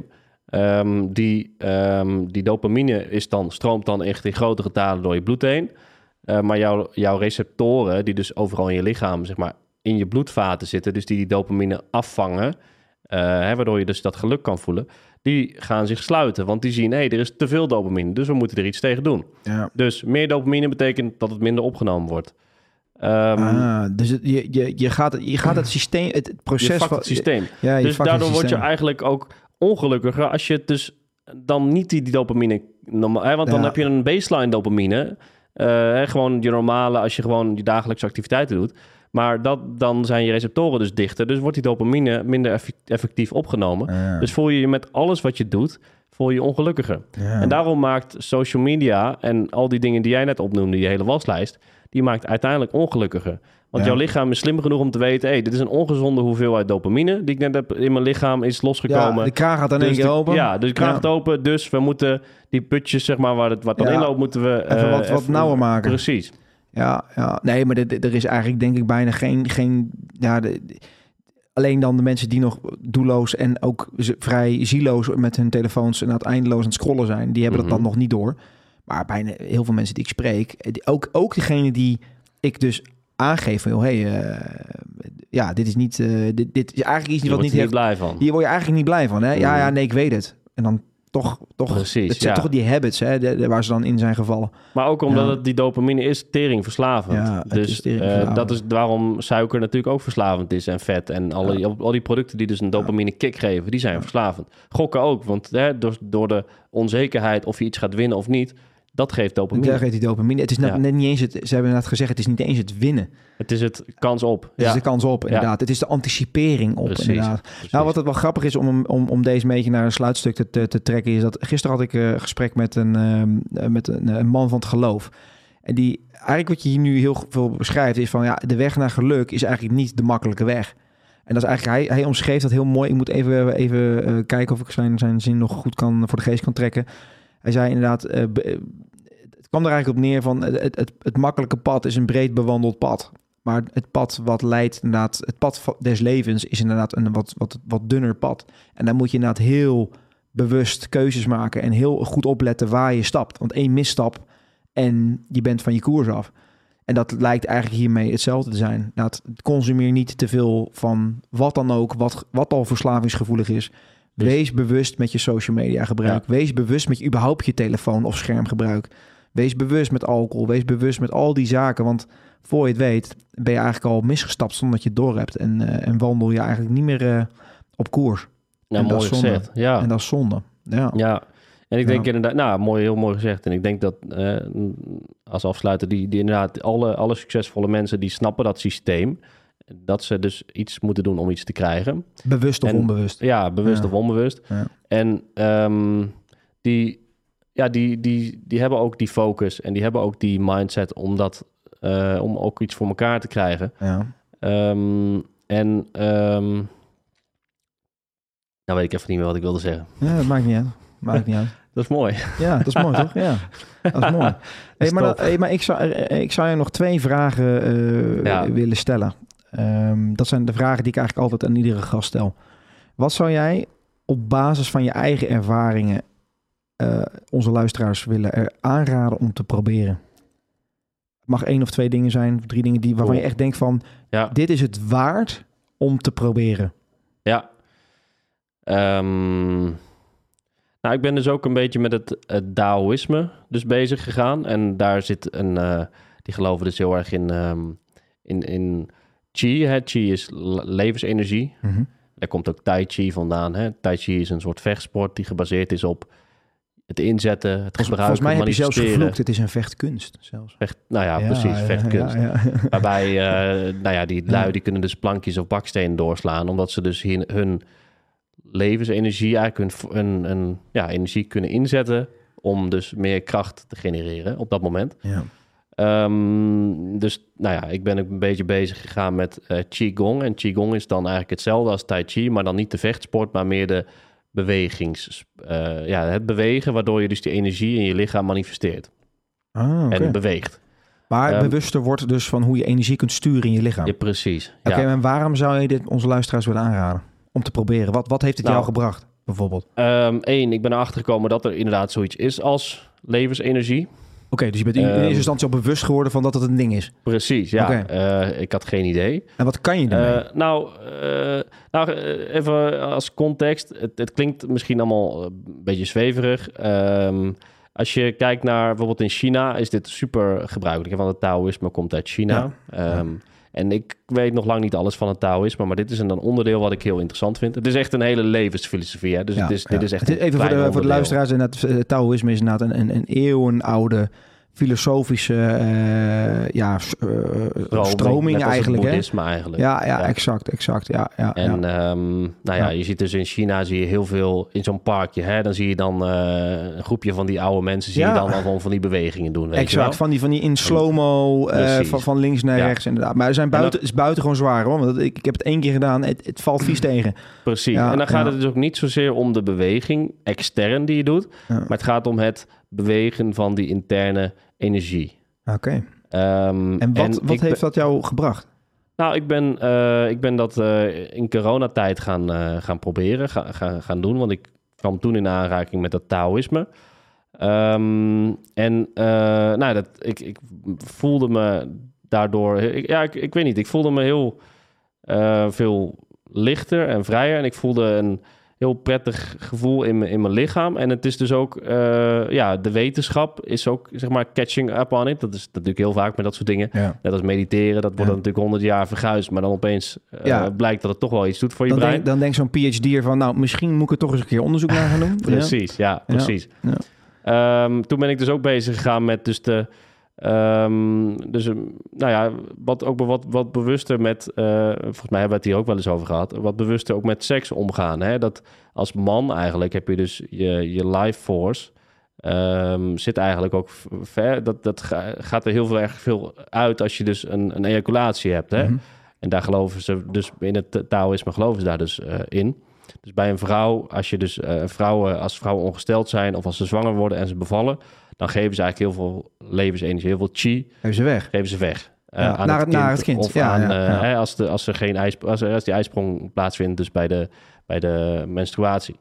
Um, die, um, die dopamine is dan, stroomt dan echt in grote getalen door je bloed heen. Uh, maar jouw, jouw receptoren, die dus overal in je lichaam, zeg maar, in je bloedvaten zitten, dus die die dopamine afvangen, uh, hè, waardoor je dus dat geluk kan voelen, die gaan zich sluiten. Want die zien, hé, hey, er is te veel dopamine, dus we moeten er iets tegen doen. Ja. Dus meer dopamine betekent dat het minder opgenomen wordt. Um, ah, dus het, je, je, je, gaat, je gaat het systeem, het, het proces... Je van het systeem. Ja, je dus daardoor het word je eigenlijk ook ongelukkiger als je dus dan niet die, die dopamine... Normaal, hè, want ja. dan heb je een baseline dopamine. Uh, hè, gewoon je normale, als je gewoon je dagelijkse activiteiten doet. Maar dat, dan zijn je receptoren dus dichter. Dus wordt die dopamine minder effectief opgenomen. Ja. Dus voel je je met alles wat je doet, voel je je ongelukkiger. Ja. En daarom maakt social media en al die dingen die jij net opnoemde, die hele waslijst, die maakt uiteindelijk ongelukkiger. Want ja. jouw lichaam is slim genoeg om te weten, hey, dit is een ongezonde hoeveelheid dopamine die ik net heb in mijn lichaam is losgekomen. Ja, de kraag gaat dan dus één keer open. Ja, dus de kraag gaat ja. open. Dus we moeten die putjes, zeg maar, waar het wat dan ja. in loopt, moeten we even uh, wat, wat even, nauwer maken. Precies. Ja, ja. Nee, maar er is eigenlijk denk ik bijna geen... geen ja, de, de, alleen dan de mensen die nog doelloos en ook vrij zieloos met hun telefoons en eindeloos aan het scrollen zijn, die hebben mm-hmm. dat dan nog niet door. Maar bijna heel veel mensen die ik spreek, die, ook, ook degene die ik dus aangeef van, joh, hey, uh, ja, dit is niet, uh, dit, dit is eigenlijk iets wat niet... Hier word je niet blij van. Hier word je eigenlijk niet blij van, hè? Mm. Ja, ja, nee, ik weet het. En dan toch, toch, Precies, het zijn ja. toch die habits, hè, de, de, waar ze dan in zijn gevallen. Maar ook omdat ja. het, die dopamine is teringverslavend. Ja, dus uh, dat is waarom suiker natuurlijk ook verslavend is en vet. En alle, ja. al die producten die dus een dopamine kick geven, die zijn ja. verslavend. Gokken ook, want hè, door, door de onzekerheid of je iets gaat winnen of niet, dat geeft dopamine. Dat geeft die dopamine. Het is net, ja. net niet eens het, ze hebben net gezegd, het is niet eens het winnen. Het is het kans op. Het ja. is de kans op, inderdaad. Ja. Het is de anticipering op, Precies. inderdaad. Precies. Nou, wat het wel grappig is om, om, om deze een beetje naar een sluitstuk te, te, te trekken, is dat gisteren had ik een uh, gesprek met, een, uh, met een, een man van het geloof. En die, eigenlijk wat je hier nu heel veel beschrijft, is van, ja, de weg naar geluk is eigenlijk niet de makkelijke weg. En dat is eigenlijk, hij, hij omschreef dat heel mooi. Ik moet even, even uh, kijken of ik zijn, zijn zin nog goed kan, voor de geest kan trekken. Hij zei inderdaad, uh, be, het kwam er eigenlijk op neer van, het, het, het makkelijke pad is een breed bewandeld pad. Maar het pad wat leidt, inderdaad, het pad des levens is inderdaad een wat, wat, wat dunner pad. En dan moet je inderdaad heel bewust keuzes maken en heel goed opletten waar je stapt. Want één misstap en je bent van je koers af. En dat lijkt eigenlijk hiermee hetzelfde te zijn. Dat consumeer niet te veel van wat dan ook, wat, wat al verslavingsgevoelig is. Wees bewust met je social media gebruik. Ja. Wees bewust met je, überhaupt je telefoon of schermgebruik. Wees bewust met alcohol. Wees bewust met al die zaken. Want voor je het weet ben je eigenlijk al misgestapt zonder dat je het door hebt. En, uh, en wandel je eigenlijk niet meer uh, op koers. Ja, en mooi dat is zonde. gezegd. Ja. En dat is zonde. Ja. ja. En ik denk ja. inderdaad, nou, mooi, heel mooi gezegd. En ik denk dat uh, als afsluiter, die, die inderdaad alle, alle succesvolle mensen die snappen dat systeem, dat ze dus iets moeten doen om iets te krijgen. Bewust of en, onbewust. Ja, bewust ja. of onbewust. Ja. En um, die, ja, die, die, die hebben ook die focus en die hebben ook die mindset om dat, uh, om ook iets voor elkaar te krijgen. Ja. Um, en um, nou weet ik even niet meer wat ik wilde zeggen. Ja, dat maakt niet uit. Maakt niet uit. Dat is mooi. Ja, dat is mooi, toch? Ja, dat is mooi. Hey, maar dat, hey, maar ik, zou, ik zou je nog twee vragen uh, ja. willen stellen. Um, dat zijn de vragen die ik eigenlijk altijd aan iedere gast stel. Wat zou jij op basis van je eigen ervaringen uh, onze luisteraars willen er aanraden om te proberen? Het mag één of twee dingen zijn, drie dingen die, waarvan cool. je echt denkt van, ja. dit is het waard om te proberen. Ja. Um... Nou, ik ben dus ook een beetje met het, het Daoïsme dus bezig gegaan. En daar zit een... Uh, die geloven dus heel erg in, um, in, in Qi. Hè? Qi is levensenergie. Mm-hmm. Daar komt ook Tai Chi vandaan. Hè? Tai Chi is een soort vechtsport die gebaseerd is op het inzetten, het gebruiken, volgens mij heb je zelfs manifesteren. gevloekt. Het is een vechtkunst zelfs. Vecht, nou ja, ja precies, ja, vechtkunst. Ja, ja. Waarbij, uh, nou ja, die lui die kunnen dus plankjes of bakstenen doorslaan, omdat ze dus hun... hun levensenergie, eigenlijk hun, hun, hun ja, energie kunnen inzetten om dus meer kracht te genereren op dat moment. Ja. Um, dus nou ja, ik ben ook een beetje bezig gegaan met uh, Qigong. En Qigong is dan eigenlijk hetzelfde als Tai Chi, maar dan niet de vechtsport, maar meer de bewegings... Uh, ja, het bewegen, waardoor je dus die energie in je lichaam manifesteert. Ah, okay. En beweegt. Maar um, bewuster wordt dus van hoe je energie kunt sturen in je lichaam. Ja, precies. Oké, okay, ja. en waarom zou je dit onze luisteraars willen aanraden? Om te proberen. Wat, wat heeft het nou, jou gebracht? bijvoorbeeld? Eén, um, ik ben erachter gekomen dat er inderdaad zoiets is als levensenergie. Oké, okay, dus je bent in, in eerste instantie al bewust geworden van dat het een ding is. Precies, ja. Okay. Uh, ik had geen idee. En wat kan je ermee? Uh, nou, uh, nou, even als context. Het, het klinkt misschien allemaal een beetje zweverig. Um, als je kijkt naar bijvoorbeeld in China is dit super gebruikelijk. Want het Taoïsme komt uit China. Ja. Um, ja. En ik weet nog lang niet alles van het Taoïsme, maar dit is een onderdeel wat ik heel interessant vind. Het is echt een hele levensfilosofie. Hè? Dus ja, het is, ja. dit is echt Even voor de, voor de luisteraars, het Taoïsme is inderdaad een, een, een eeuwenoude filosofische uh, ja, uh, stroming eigenlijk. Boeddhisme eigenlijk. Ja, ja, ja, exact, exact. Ja, ja, en ja. Um, nou ja, ja, je ziet dus in China zie je heel veel in zo'n parkje. Hè, dan zie je dan uh, een groepje van die oude mensen zie ja. je dan gewoon van die bewegingen doen. Weet exact, je wel? van die van die in slow-mo uh, van, van links naar ja. rechts inderdaad. Maar er zijn buiten, dat, is buiten gewoon zwaar hoor. Want ik, ik heb het één keer gedaan. Het, het valt vies tegen. Precies. Ja, en dan gaat ja. het dus ook niet zozeer om de beweging extern die je doet, ja. maar het gaat om het bewegen van die interne energie. Oké. Okay. Um, en wat, en wat heeft be- dat jou gebracht? Nou, ik ben, uh, ik ben dat uh, in coronatijd gaan, uh, gaan proberen, ga, ga, gaan doen. Want ik kwam toen in aanraking met dat Taoïsme. Um, en uh, nou, dat, ik, ik voelde me daardoor... Ik, ja, ik, ik weet niet. Ik voelde me heel uh, veel lichter en vrijer. En ik voelde een heel prettig gevoel in, in mijn lichaam. En het is dus ook... Uh, ja, de wetenschap is ook, zeg maar, catching up on it. Dat is natuurlijk heel vaak met dat soort dingen. Ja. Net als mediteren. Dat wordt ja. natuurlijk honderd jaar verguisd. Maar dan opeens uh, ja. blijkt dat het toch wel iets doet voor je dan brein. Denk, dan denkt zo'n P H D'er van... nou, misschien moet ik er toch eens een keer onderzoek naar gaan doen. Precies, ja, ja precies. Ja. Ja. Um, toen ben ik dus ook bezig gegaan met dus de... Um, dus nou ja, wat ook wat, wat bewuster met, uh, volgens mij hebben we het hier ook wel eens over gehad, wat bewuster ook met seks omgaan. Hè? Dat als man eigenlijk heb je dus je, je life force, um, zit eigenlijk ook ver, dat, dat gaat er heel veel, erg veel uit als je dus een, een ejaculatie hebt. Hè? Mm-hmm. En daar geloven ze dus, in het Taoïsme geloven ze daar dus uh, in. Dus bij een vrouw, als je dus uh, vrouwen, als vrouwen ongesteld zijn of als ze zwanger worden en ze bevallen, dan geven ze eigenlijk heel veel levensenergie, heel veel chi. Geven ze weg. Geven ze weg. Uh, ja, aan naar, het kind, naar het kind. Of ja, aan, ja, ja. Uh, hè, als, de, als, er geen ijs, als, er, als die ijsprong plaatsvindt, dus bij de, bij de menstruatie.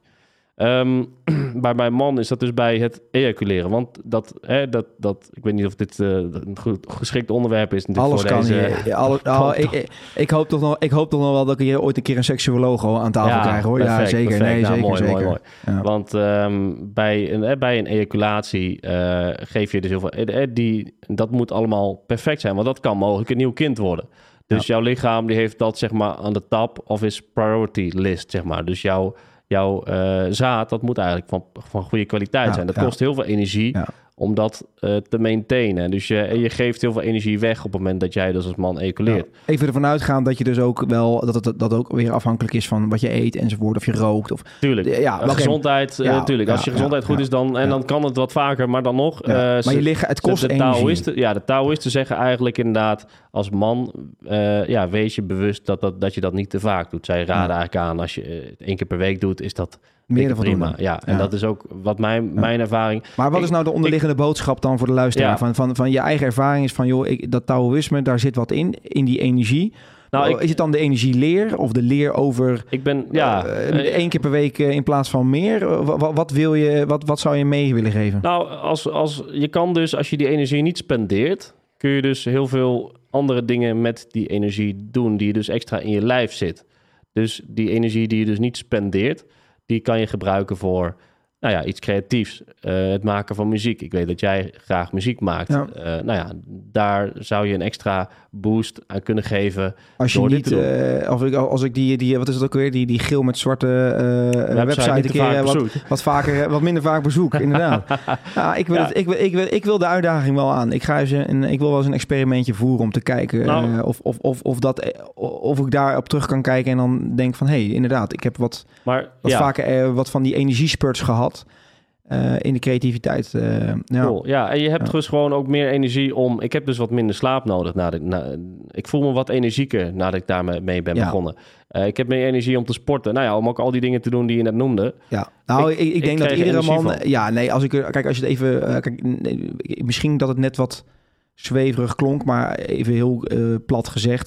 Um, bij mijn man is dat dus bij het ejaculeren. Want dat, hè, dat, dat ik weet niet of dit uh, een goed geschikt onderwerp is. Alles voor kan deze, hier. Ja, alles, oh, ik, ik, ik, hoop toch nog, ik hoop toch nog wel dat ik hier ooit een keer een seksuoloog aan tafel ja, krijg. Hoor. Perfect, ja, zeker. Perfect. Nee, nou, zeker, mooi, zeker. mooi, mooi. Ja. Want um, bij, een, bij een ejaculatie uh, geef je dus heel veel... Die, dat moet allemaal perfect zijn. Want dat kan mogelijk een nieuw kind worden. Dus ja. jouw lichaam die heeft dat zeg maar aan de top of his priority list. Zeg maar. Dus jouw... Jouw uh, zaad, dat moet eigenlijk van, van goede kwaliteit ja, zijn. Dat ja. kost heel veel energie ja. om dat uh, te maintainen. Dus je, je geeft heel veel energie weg op het moment dat jij dus als man ejaculeert. Ja. Even ervan uitgaan dat je dus ook wel... dat het dat ook weer afhankelijk is van wat je eet enzovoort. Of je rookt. Of, tuurlijk. Ja, uh, gezondheid, ja, uh, tuurlijk. Als je ja, gezondheid ja, goed is, dan, en ja. dan kan het wat vaker. Maar dan nog... Ja. Uh, maar ze, je lichaam, het kost de energie. Taoïsten, ja, de Taoïsten zeggen eigenlijk inderdaad... als man, uh, ja, wees je bewust dat, dat, dat je dat niet te vaak doet. Zij raden ja. eigenlijk aan, als je het één keer per week doet, is dat... Meer prima, ja. En ja. dat is ook wat mijn, ja. mijn ervaring... Maar wat is nou de onderliggende ik, boodschap dan voor de luisteraar? Ja. Van, van, van je eigen ervaring is van, joh, ik, dat Taoïsme, daar zit wat in, in die energie. Nou, ik, is het dan de energieleer of de leer over... Ik ben, ja... Uh, één keer per week uh, in plaats van meer? Wat, wat, wil je, wat, wat zou je mee willen geven? Nou, als, als, je kan dus, als je die energie niet spendeert... kun je dus heel veel andere dingen met die energie doen... die dus extra in je lijf zit. Dus die energie die je dus niet spendeert... die kan je gebruiken voor nou ja, iets creatiefs. Uh, het maken van muziek. Ik weet dat jij graag muziek maakt. Ja. Uh, nou ja, daar zou je een extra boost aan kunnen geven. Als je door niet, uh, als ik, als ik die, die, wat is het ook weer, die, die geel met zwarte uh, website, website een keer wat, wat vaker, wat minder vaak bezoek, inderdaad. ja, ik, wil ja. Het, ik, wil, ik, wil, ik wil de uitdaging wel aan. Ik ga eens een, ik wil wel eens een experimentje voeren om te kijken nou, uh, of, of, of, of, dat, of ik daarop terug kan kijken en dan denk van, hé, hey, inderdaad, ik heb wat, maar, wat ja. vaker uh, wat van die energiespurts gehad. Uh, in de creativiteit. Uh, ja. Cool. Ja, en je hebt ja. dus gewoon ook meer energie om... Ik heb dus wat minder slaap nodig. Nadat, na, ik voel me wat energieker nadat ik daarmee ben ja. begonnen. Uh, ik heb meer energie om te sporten. Nou ja, om ook al die dingen te doen die je net noemde. Ja, nou, ik, ik, ik denk ik dat iedere man... Van. Ja, nee, als ik... Kijk, als je het even... Uh, kijk, nee, misschien dat het net wat zweverig klonk, maar even heel uh, plat gezegd.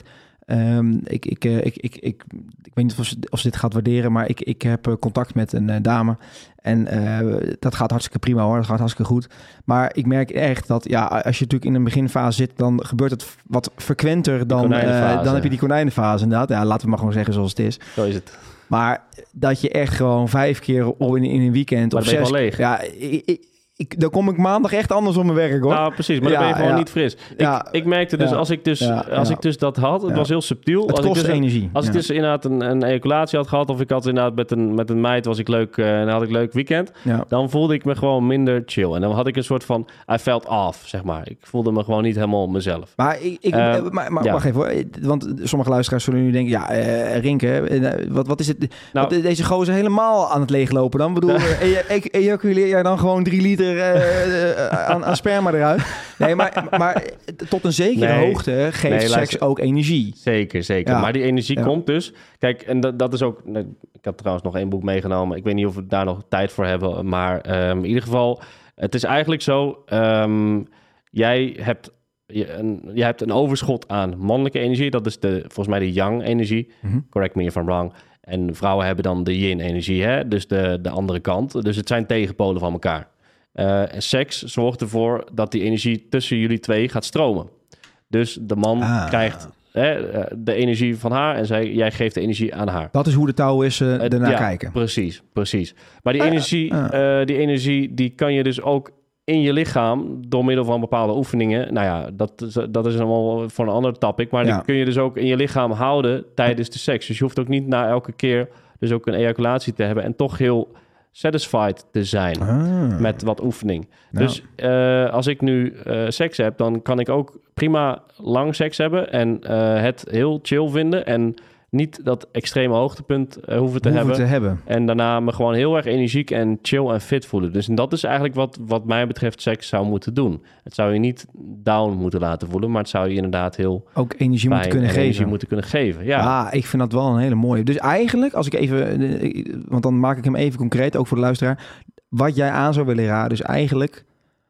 Um, ik, ik, uh, ik, ik, ik, ik weet niet of ze, of ze dit gaat waarderen, maar ik, ik heb uh, contact met een uh, dame. En uh, dat gaat hartstikke prima hoor, dat gaat hartstikke goed. Maar ik merk echt dat ja, als je natuurlijk in een beginfase zit, dan gebeurt het wat frequenter dan, uh, dan heb je die konijnenfase inderdaad. Ja, laten we maar gewoon zeggen zoals het is. Zo is het. Maar dat je echt gewoon vijf keer op in, in een weekend maar of dan ben je zes... wel leeg. Ja, ik, ik, ik, dan kom ik maandag echt anders op mijn werk hoor. Nou, precies, maar ja, dan ben je gewoon ja. niet fris. Ik, Ja, ik merkte dus, ja, als, ik dus ja, als ja. ik dus dat had, het Ja. was heel subtiel. Het als kost ik dus, energie. Als ja. ik dus inderdaad een, een ejaculatie had gehad, of ik had inderdaad met een, met een meid, was ik leuk uh, en had ik een leuk weekend, Ja. dan voelde ik me gewoon minder chill. En dan had ik een soort van, I felt off, zeg maar. Ik voelde me gewoon niet helemaal mezelf. Maar, ik, ik, Uh, maar, maar ja. wacht even hoor, want sommige luisteraars zullen nu denken, ja, uh, Rinke, uh, wat, wat is het? Nou, wat, deze gozer helemaal aan het leeglopen dan? Ik bedoel, e- e- ejaculeer jij dan gewoon drie liter uh, uh, aan, aan sperma eruit? Nee, maar, maar tot een zekere Nee. hoogte geeft Nee, seks luister. ook energie. Zeker, zeker. Ja. Maar die energie Ja. komt dus... Kijk, en dat, dat is ook... Ik had trouwens nog één boek meegenomen. Ik weet niet of we daar nog tijd voor hebben. Maar um, in ieder geval... Het is eigenlijk zo... Um, jij hebt... Je, een, je hebt een overschot aan mannelijke energie. Dat is de, volgens mij de yang-energie. Mm-hmm. Correct me if I'm wrong. En vrouwen hebben dan de yin-energie, hè? Dus de, de andere kant. Dus het zijn tegenpolen van elkaar. Uh, en seks zorgt ervoor dat die energie tussen jullie twee gaat stromen. Dus de man Ah. krijgt hè, de energie van haar en zij, jij geeft de energie aan haar. Dat is hoe de Taoïsten uh, ernaar ja, kijken. Precies, precies. Maar die, Ah, energie, ah. uh, die energie die kan je dus ook in je lichaam door middel van bepaalde oefeningen. Nou ja, dat is, dat is allemaal voor een ander topic. Maar Ja. die kun je dus ook in je lichaam houden tijdens de seks. Dus je hoeft ook niet na elke keer dus ook een ejaculatie te hebben en toch heel satisfied te zijn Ah. met wat oefening. Nou. Dus uh, als ik nu uh, seks heb, dan kan ik ook prima lang seks hebben en uh, het heel chill vinden en niet dat extreme hoogtepunt uh, hoeven te Hoeven hebben. te hebben. En daarna me gewoon heel erg energiek en chill en fit voelen. Dus dat is eigenlijk wat, wat mij betreft seks zou moeten doen. Het zou je niet down moeten laten voelen, maar het zou je inderdaad heel Ook energie moeten kunnen en energie geven. moeten kunnen geven. Ja, Ah, ik vind dat wel een hele mooie. Dus eigenlijk, als ik even, want dan maak ik hem even concreet, ook voor de luisteraar. Wat jij aan zou willen raden, dus eigenlijk,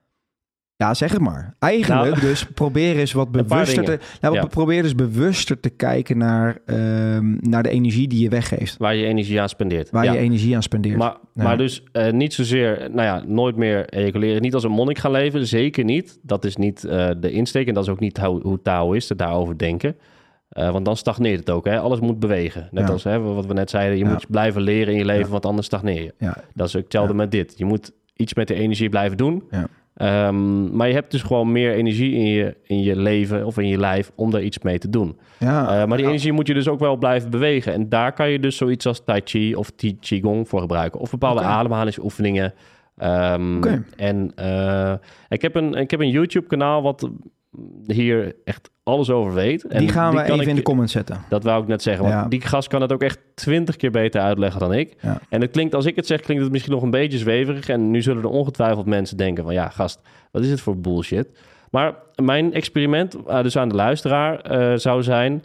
ja, zeg het maar. Eigenlijk, Nou, dus probeer eens wat een paar bewuster te, dingen. nou, Ja. probeer eens bewuster te kijken naar, um, naar de energie die je weggeeft, waar je energie aan spendeert. waar ja. je energie aan spendeert. Maar, Ja. maar dus uh, niet zozeer, nou ja, nooit meer ejaculeren. Niet als een monnik gaan leven, zeker niet. Dat is niet uh, de insteek en dat is ook niet hoe, hoe Taoïsten daarover denken. Uh, want dan stagneert het ook. Hè? Alles moet bewegen. Net Ja. als hè, wat we net zeiden, je Ja. moet blijven leren in je leven, Ja. want anders stagneer je. Ja. Dat is ook hetzelfde Ja. met dit. Je moet iets met de energie blijven doen. Ja. Um, maar je hebt dus gewoon meer energie in je, in je leven of in je lijf om daar iets mee te doen. Ja. Uh, maar die Ja. energie moet je dus ook wel blijven bewegen. En daar kan je dus zoiets als Tai Chi of Ti- Qigong voor gebruiken. Of bepaalde Oké. ademhalingsoefeningen. Um, Oké. En uh, ik heb een, ik heb een YouTube-kanaal wat hier echt alles over weet. En Die gaan we kan even ik- in de comments zetten. Dat wou ik net zeggen. Want Ja. die gast kan het ook echt twintig keer beter uitleggen dan ik. Ja. En het klinkt, als ik het zeg, klinkt het misschien nog een beetje zweverig. En nu zullen er ongetwijfeld mensen denken van... ja, gast, wat is het voor bullshit? Maar mijn experiment, uh, dus aan de luisteraar, uh, zou zijn...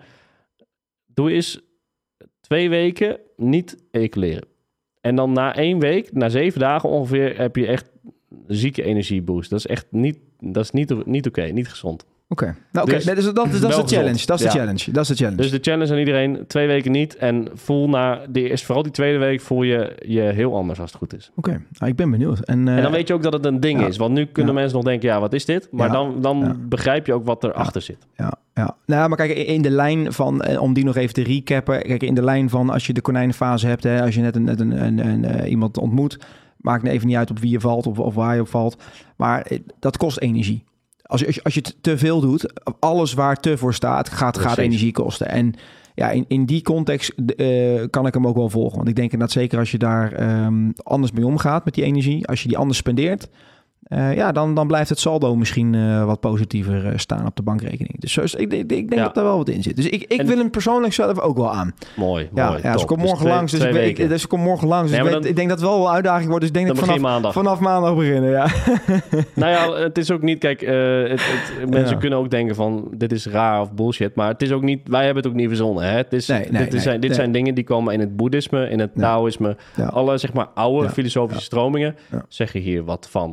doe eens twee weken niet ejaculeren. En dan na één week, na zeven dagen ongeveer... heb je echt een zieke energieboost. Dat is echt niet, dat is niet, niet oké, niet gezond. Oké, nou, oké. Dus Nee, dus dat, dat, is wel de challenge. gezond. Dat is de Ja. challenge. Dat is de challenge. Dus de challenge aan iedereen, twee weken niet. En voel na, de eerste, vooral die tweede week voel je je heel anders als het goed is. Oké, nou, ik ben benieuwd. En, uh, En dan weet je ook dat het een ding ja. is. Want nu kunnen Ja. mensen nog denken, ja, wat is dit? Maar Ja. dan, dan Ja. begrijp je ook wat erachter zit. Ja, ja. Nou, maar kijk, in de lijn van, eh, om die nog even te recappen. Kijk, in de lijn van als je de konijnenfase hebt, hè, als je net, een, net een, een, een, uh, iemand ontmoet, maakt het even niet uit op wie je valt of, of waar je op valt. Maar eh, dat kost energie. Als je, als je, als je het te veel doet, alles waar te voor staat, gaat, gaat Precies. energie kosten. En ja, in, in die context uh, kan ik hem ook wel volgen. Want ik denk dat zeker als je daar um, anders mee omgaat met die energie, als je die anders spendeert, Uh, ja, dan, dan blijft het saldo misschien uh, wat positiever uh, staan op de bankrekening. Dus, dus ik, ik, ik denk Ja. dat daar wel wat in zit. Dus ik, ik En- wil hem persoonlijk zelf ook wel aan. Mooi, Ja, mooi. ja top. ze komt Dus morgen twee- langs. Dus twee ik, weet, ik, weken. dus ze komt morgen langs. Dus Nee, ik, maar weet, dan- ik denk dat het wel een uitdaging wordt. Dus ik denk Dan dat ik begin je vanaf, maandag. vanaf maandag beginnen. Ja. Nou ja, het is ook niet... Kijk, uh, het, het, mensen Ja. kunnen ook denken van... dit is raar of bullshit. Maar het is ook niet... Wij hebben het ook niet verzonnen. Hè? Het is, Nee, nee, dit nee, zijn, dit nee. zijn dingen die komen in het boeddhisme, in het Ja. Taoïsme. Ja. Alle, zeg maar, oude Ja. filosofische Ja. stromingen Ja. zeggen hier wat van. Of Ja, vinden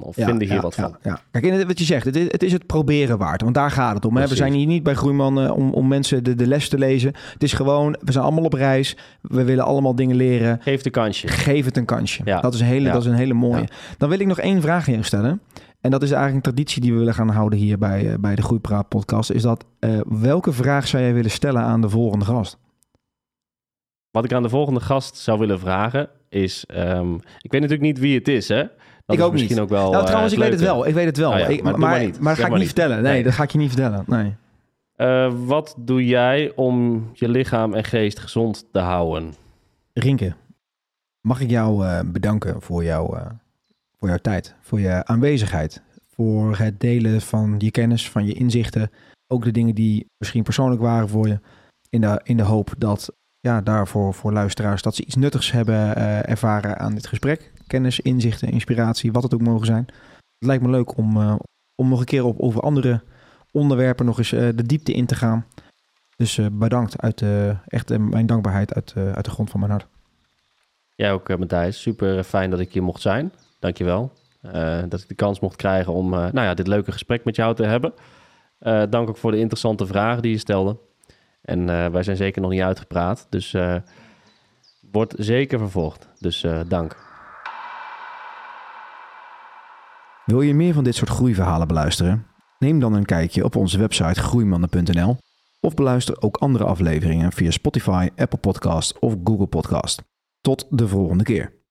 vinden hier ja, wat ja, van. Ja. Kijk, en wat je zegt, het is, het is het proberen waard. Want daar gaat het om. Hè? We zijn hier niet bij Groeiman uh, om, om mensen de, de les te lezen. Het is gewoon, we zijn allemaal op reis. We willen allemaal dingen leren. Geef het een kansje. Geef het een kansje. Ja. Dat, is een hele, ja. dat is een hele mooie. Ja. Dan wil ik nog één vraag aan jou stellen. En dat is eigenlijk een traditie die we willen gaan houden hier bij, uh, bij de Groeipraat podcast. Is dat, uh, welke vraag zou jij willen stellen aan de volgende gast? Wat ik aan de volgende gast zou willen vragen is... Um, ik weet natuurlijk niet wie het is, hè? Dat ik is ook misschien niet. ook wel. Nou, trouwens, uh, ik weet het wel. Ik weet het wel. Oh ja, ik, maar maar, maar, niet. maar dat ga ik niet, niet vertellen. Nee, nee, dat ga ik je niet vertellen. Nee. Uh, wat doe jij om je lichaam en geest gezond te houden? Rinke, mag ik jou uh, bedanken voor, jou, uh, voor jouw tijd, voor je aanwezigheid, voor het delen van je kennis, van je inzichten, ook de dingen die misschien persoonlijk waren voor je, in de, in de hoop dat ja, daarvoor voor luisteraars dat ze iets nuttigs hebben uh, ervaren aan dit gesprek. Kennis, inzichten, inspiratie, wat het ook mogen zijn. Het lijkt me leuk om, uh, om nog een keer op, over andere onderwerpen nog eens uh, de diepte in te gaan. Dus uh, bedankt. Uit, uh, echt uh, mijn dankbaarheid uit, uh, uit de grond van mijn hart. Jij ook, uh, Matthijs. Super fijn dat ik hier mocht zijn. Dankjewel. Uh, dat ik de kans mocht krijgen om uh, nou ja, dit leuke gesprek met jou te hebben. Uh, dank ook voor de interessante vragen die je stelde. En uh, wij zijn zeker nog niet uitgepraat. Dus uh, wordt zeker vervolgd. Dus uh, dank. Wil je meer van dit soort groeiverhalen beluisteren? Neem dan een kijkje op onze website groeimannen punt n l of beluister ook andere afleveringen via Spotify, Apple Podcast of Google Podcast. Tot de volgende keer.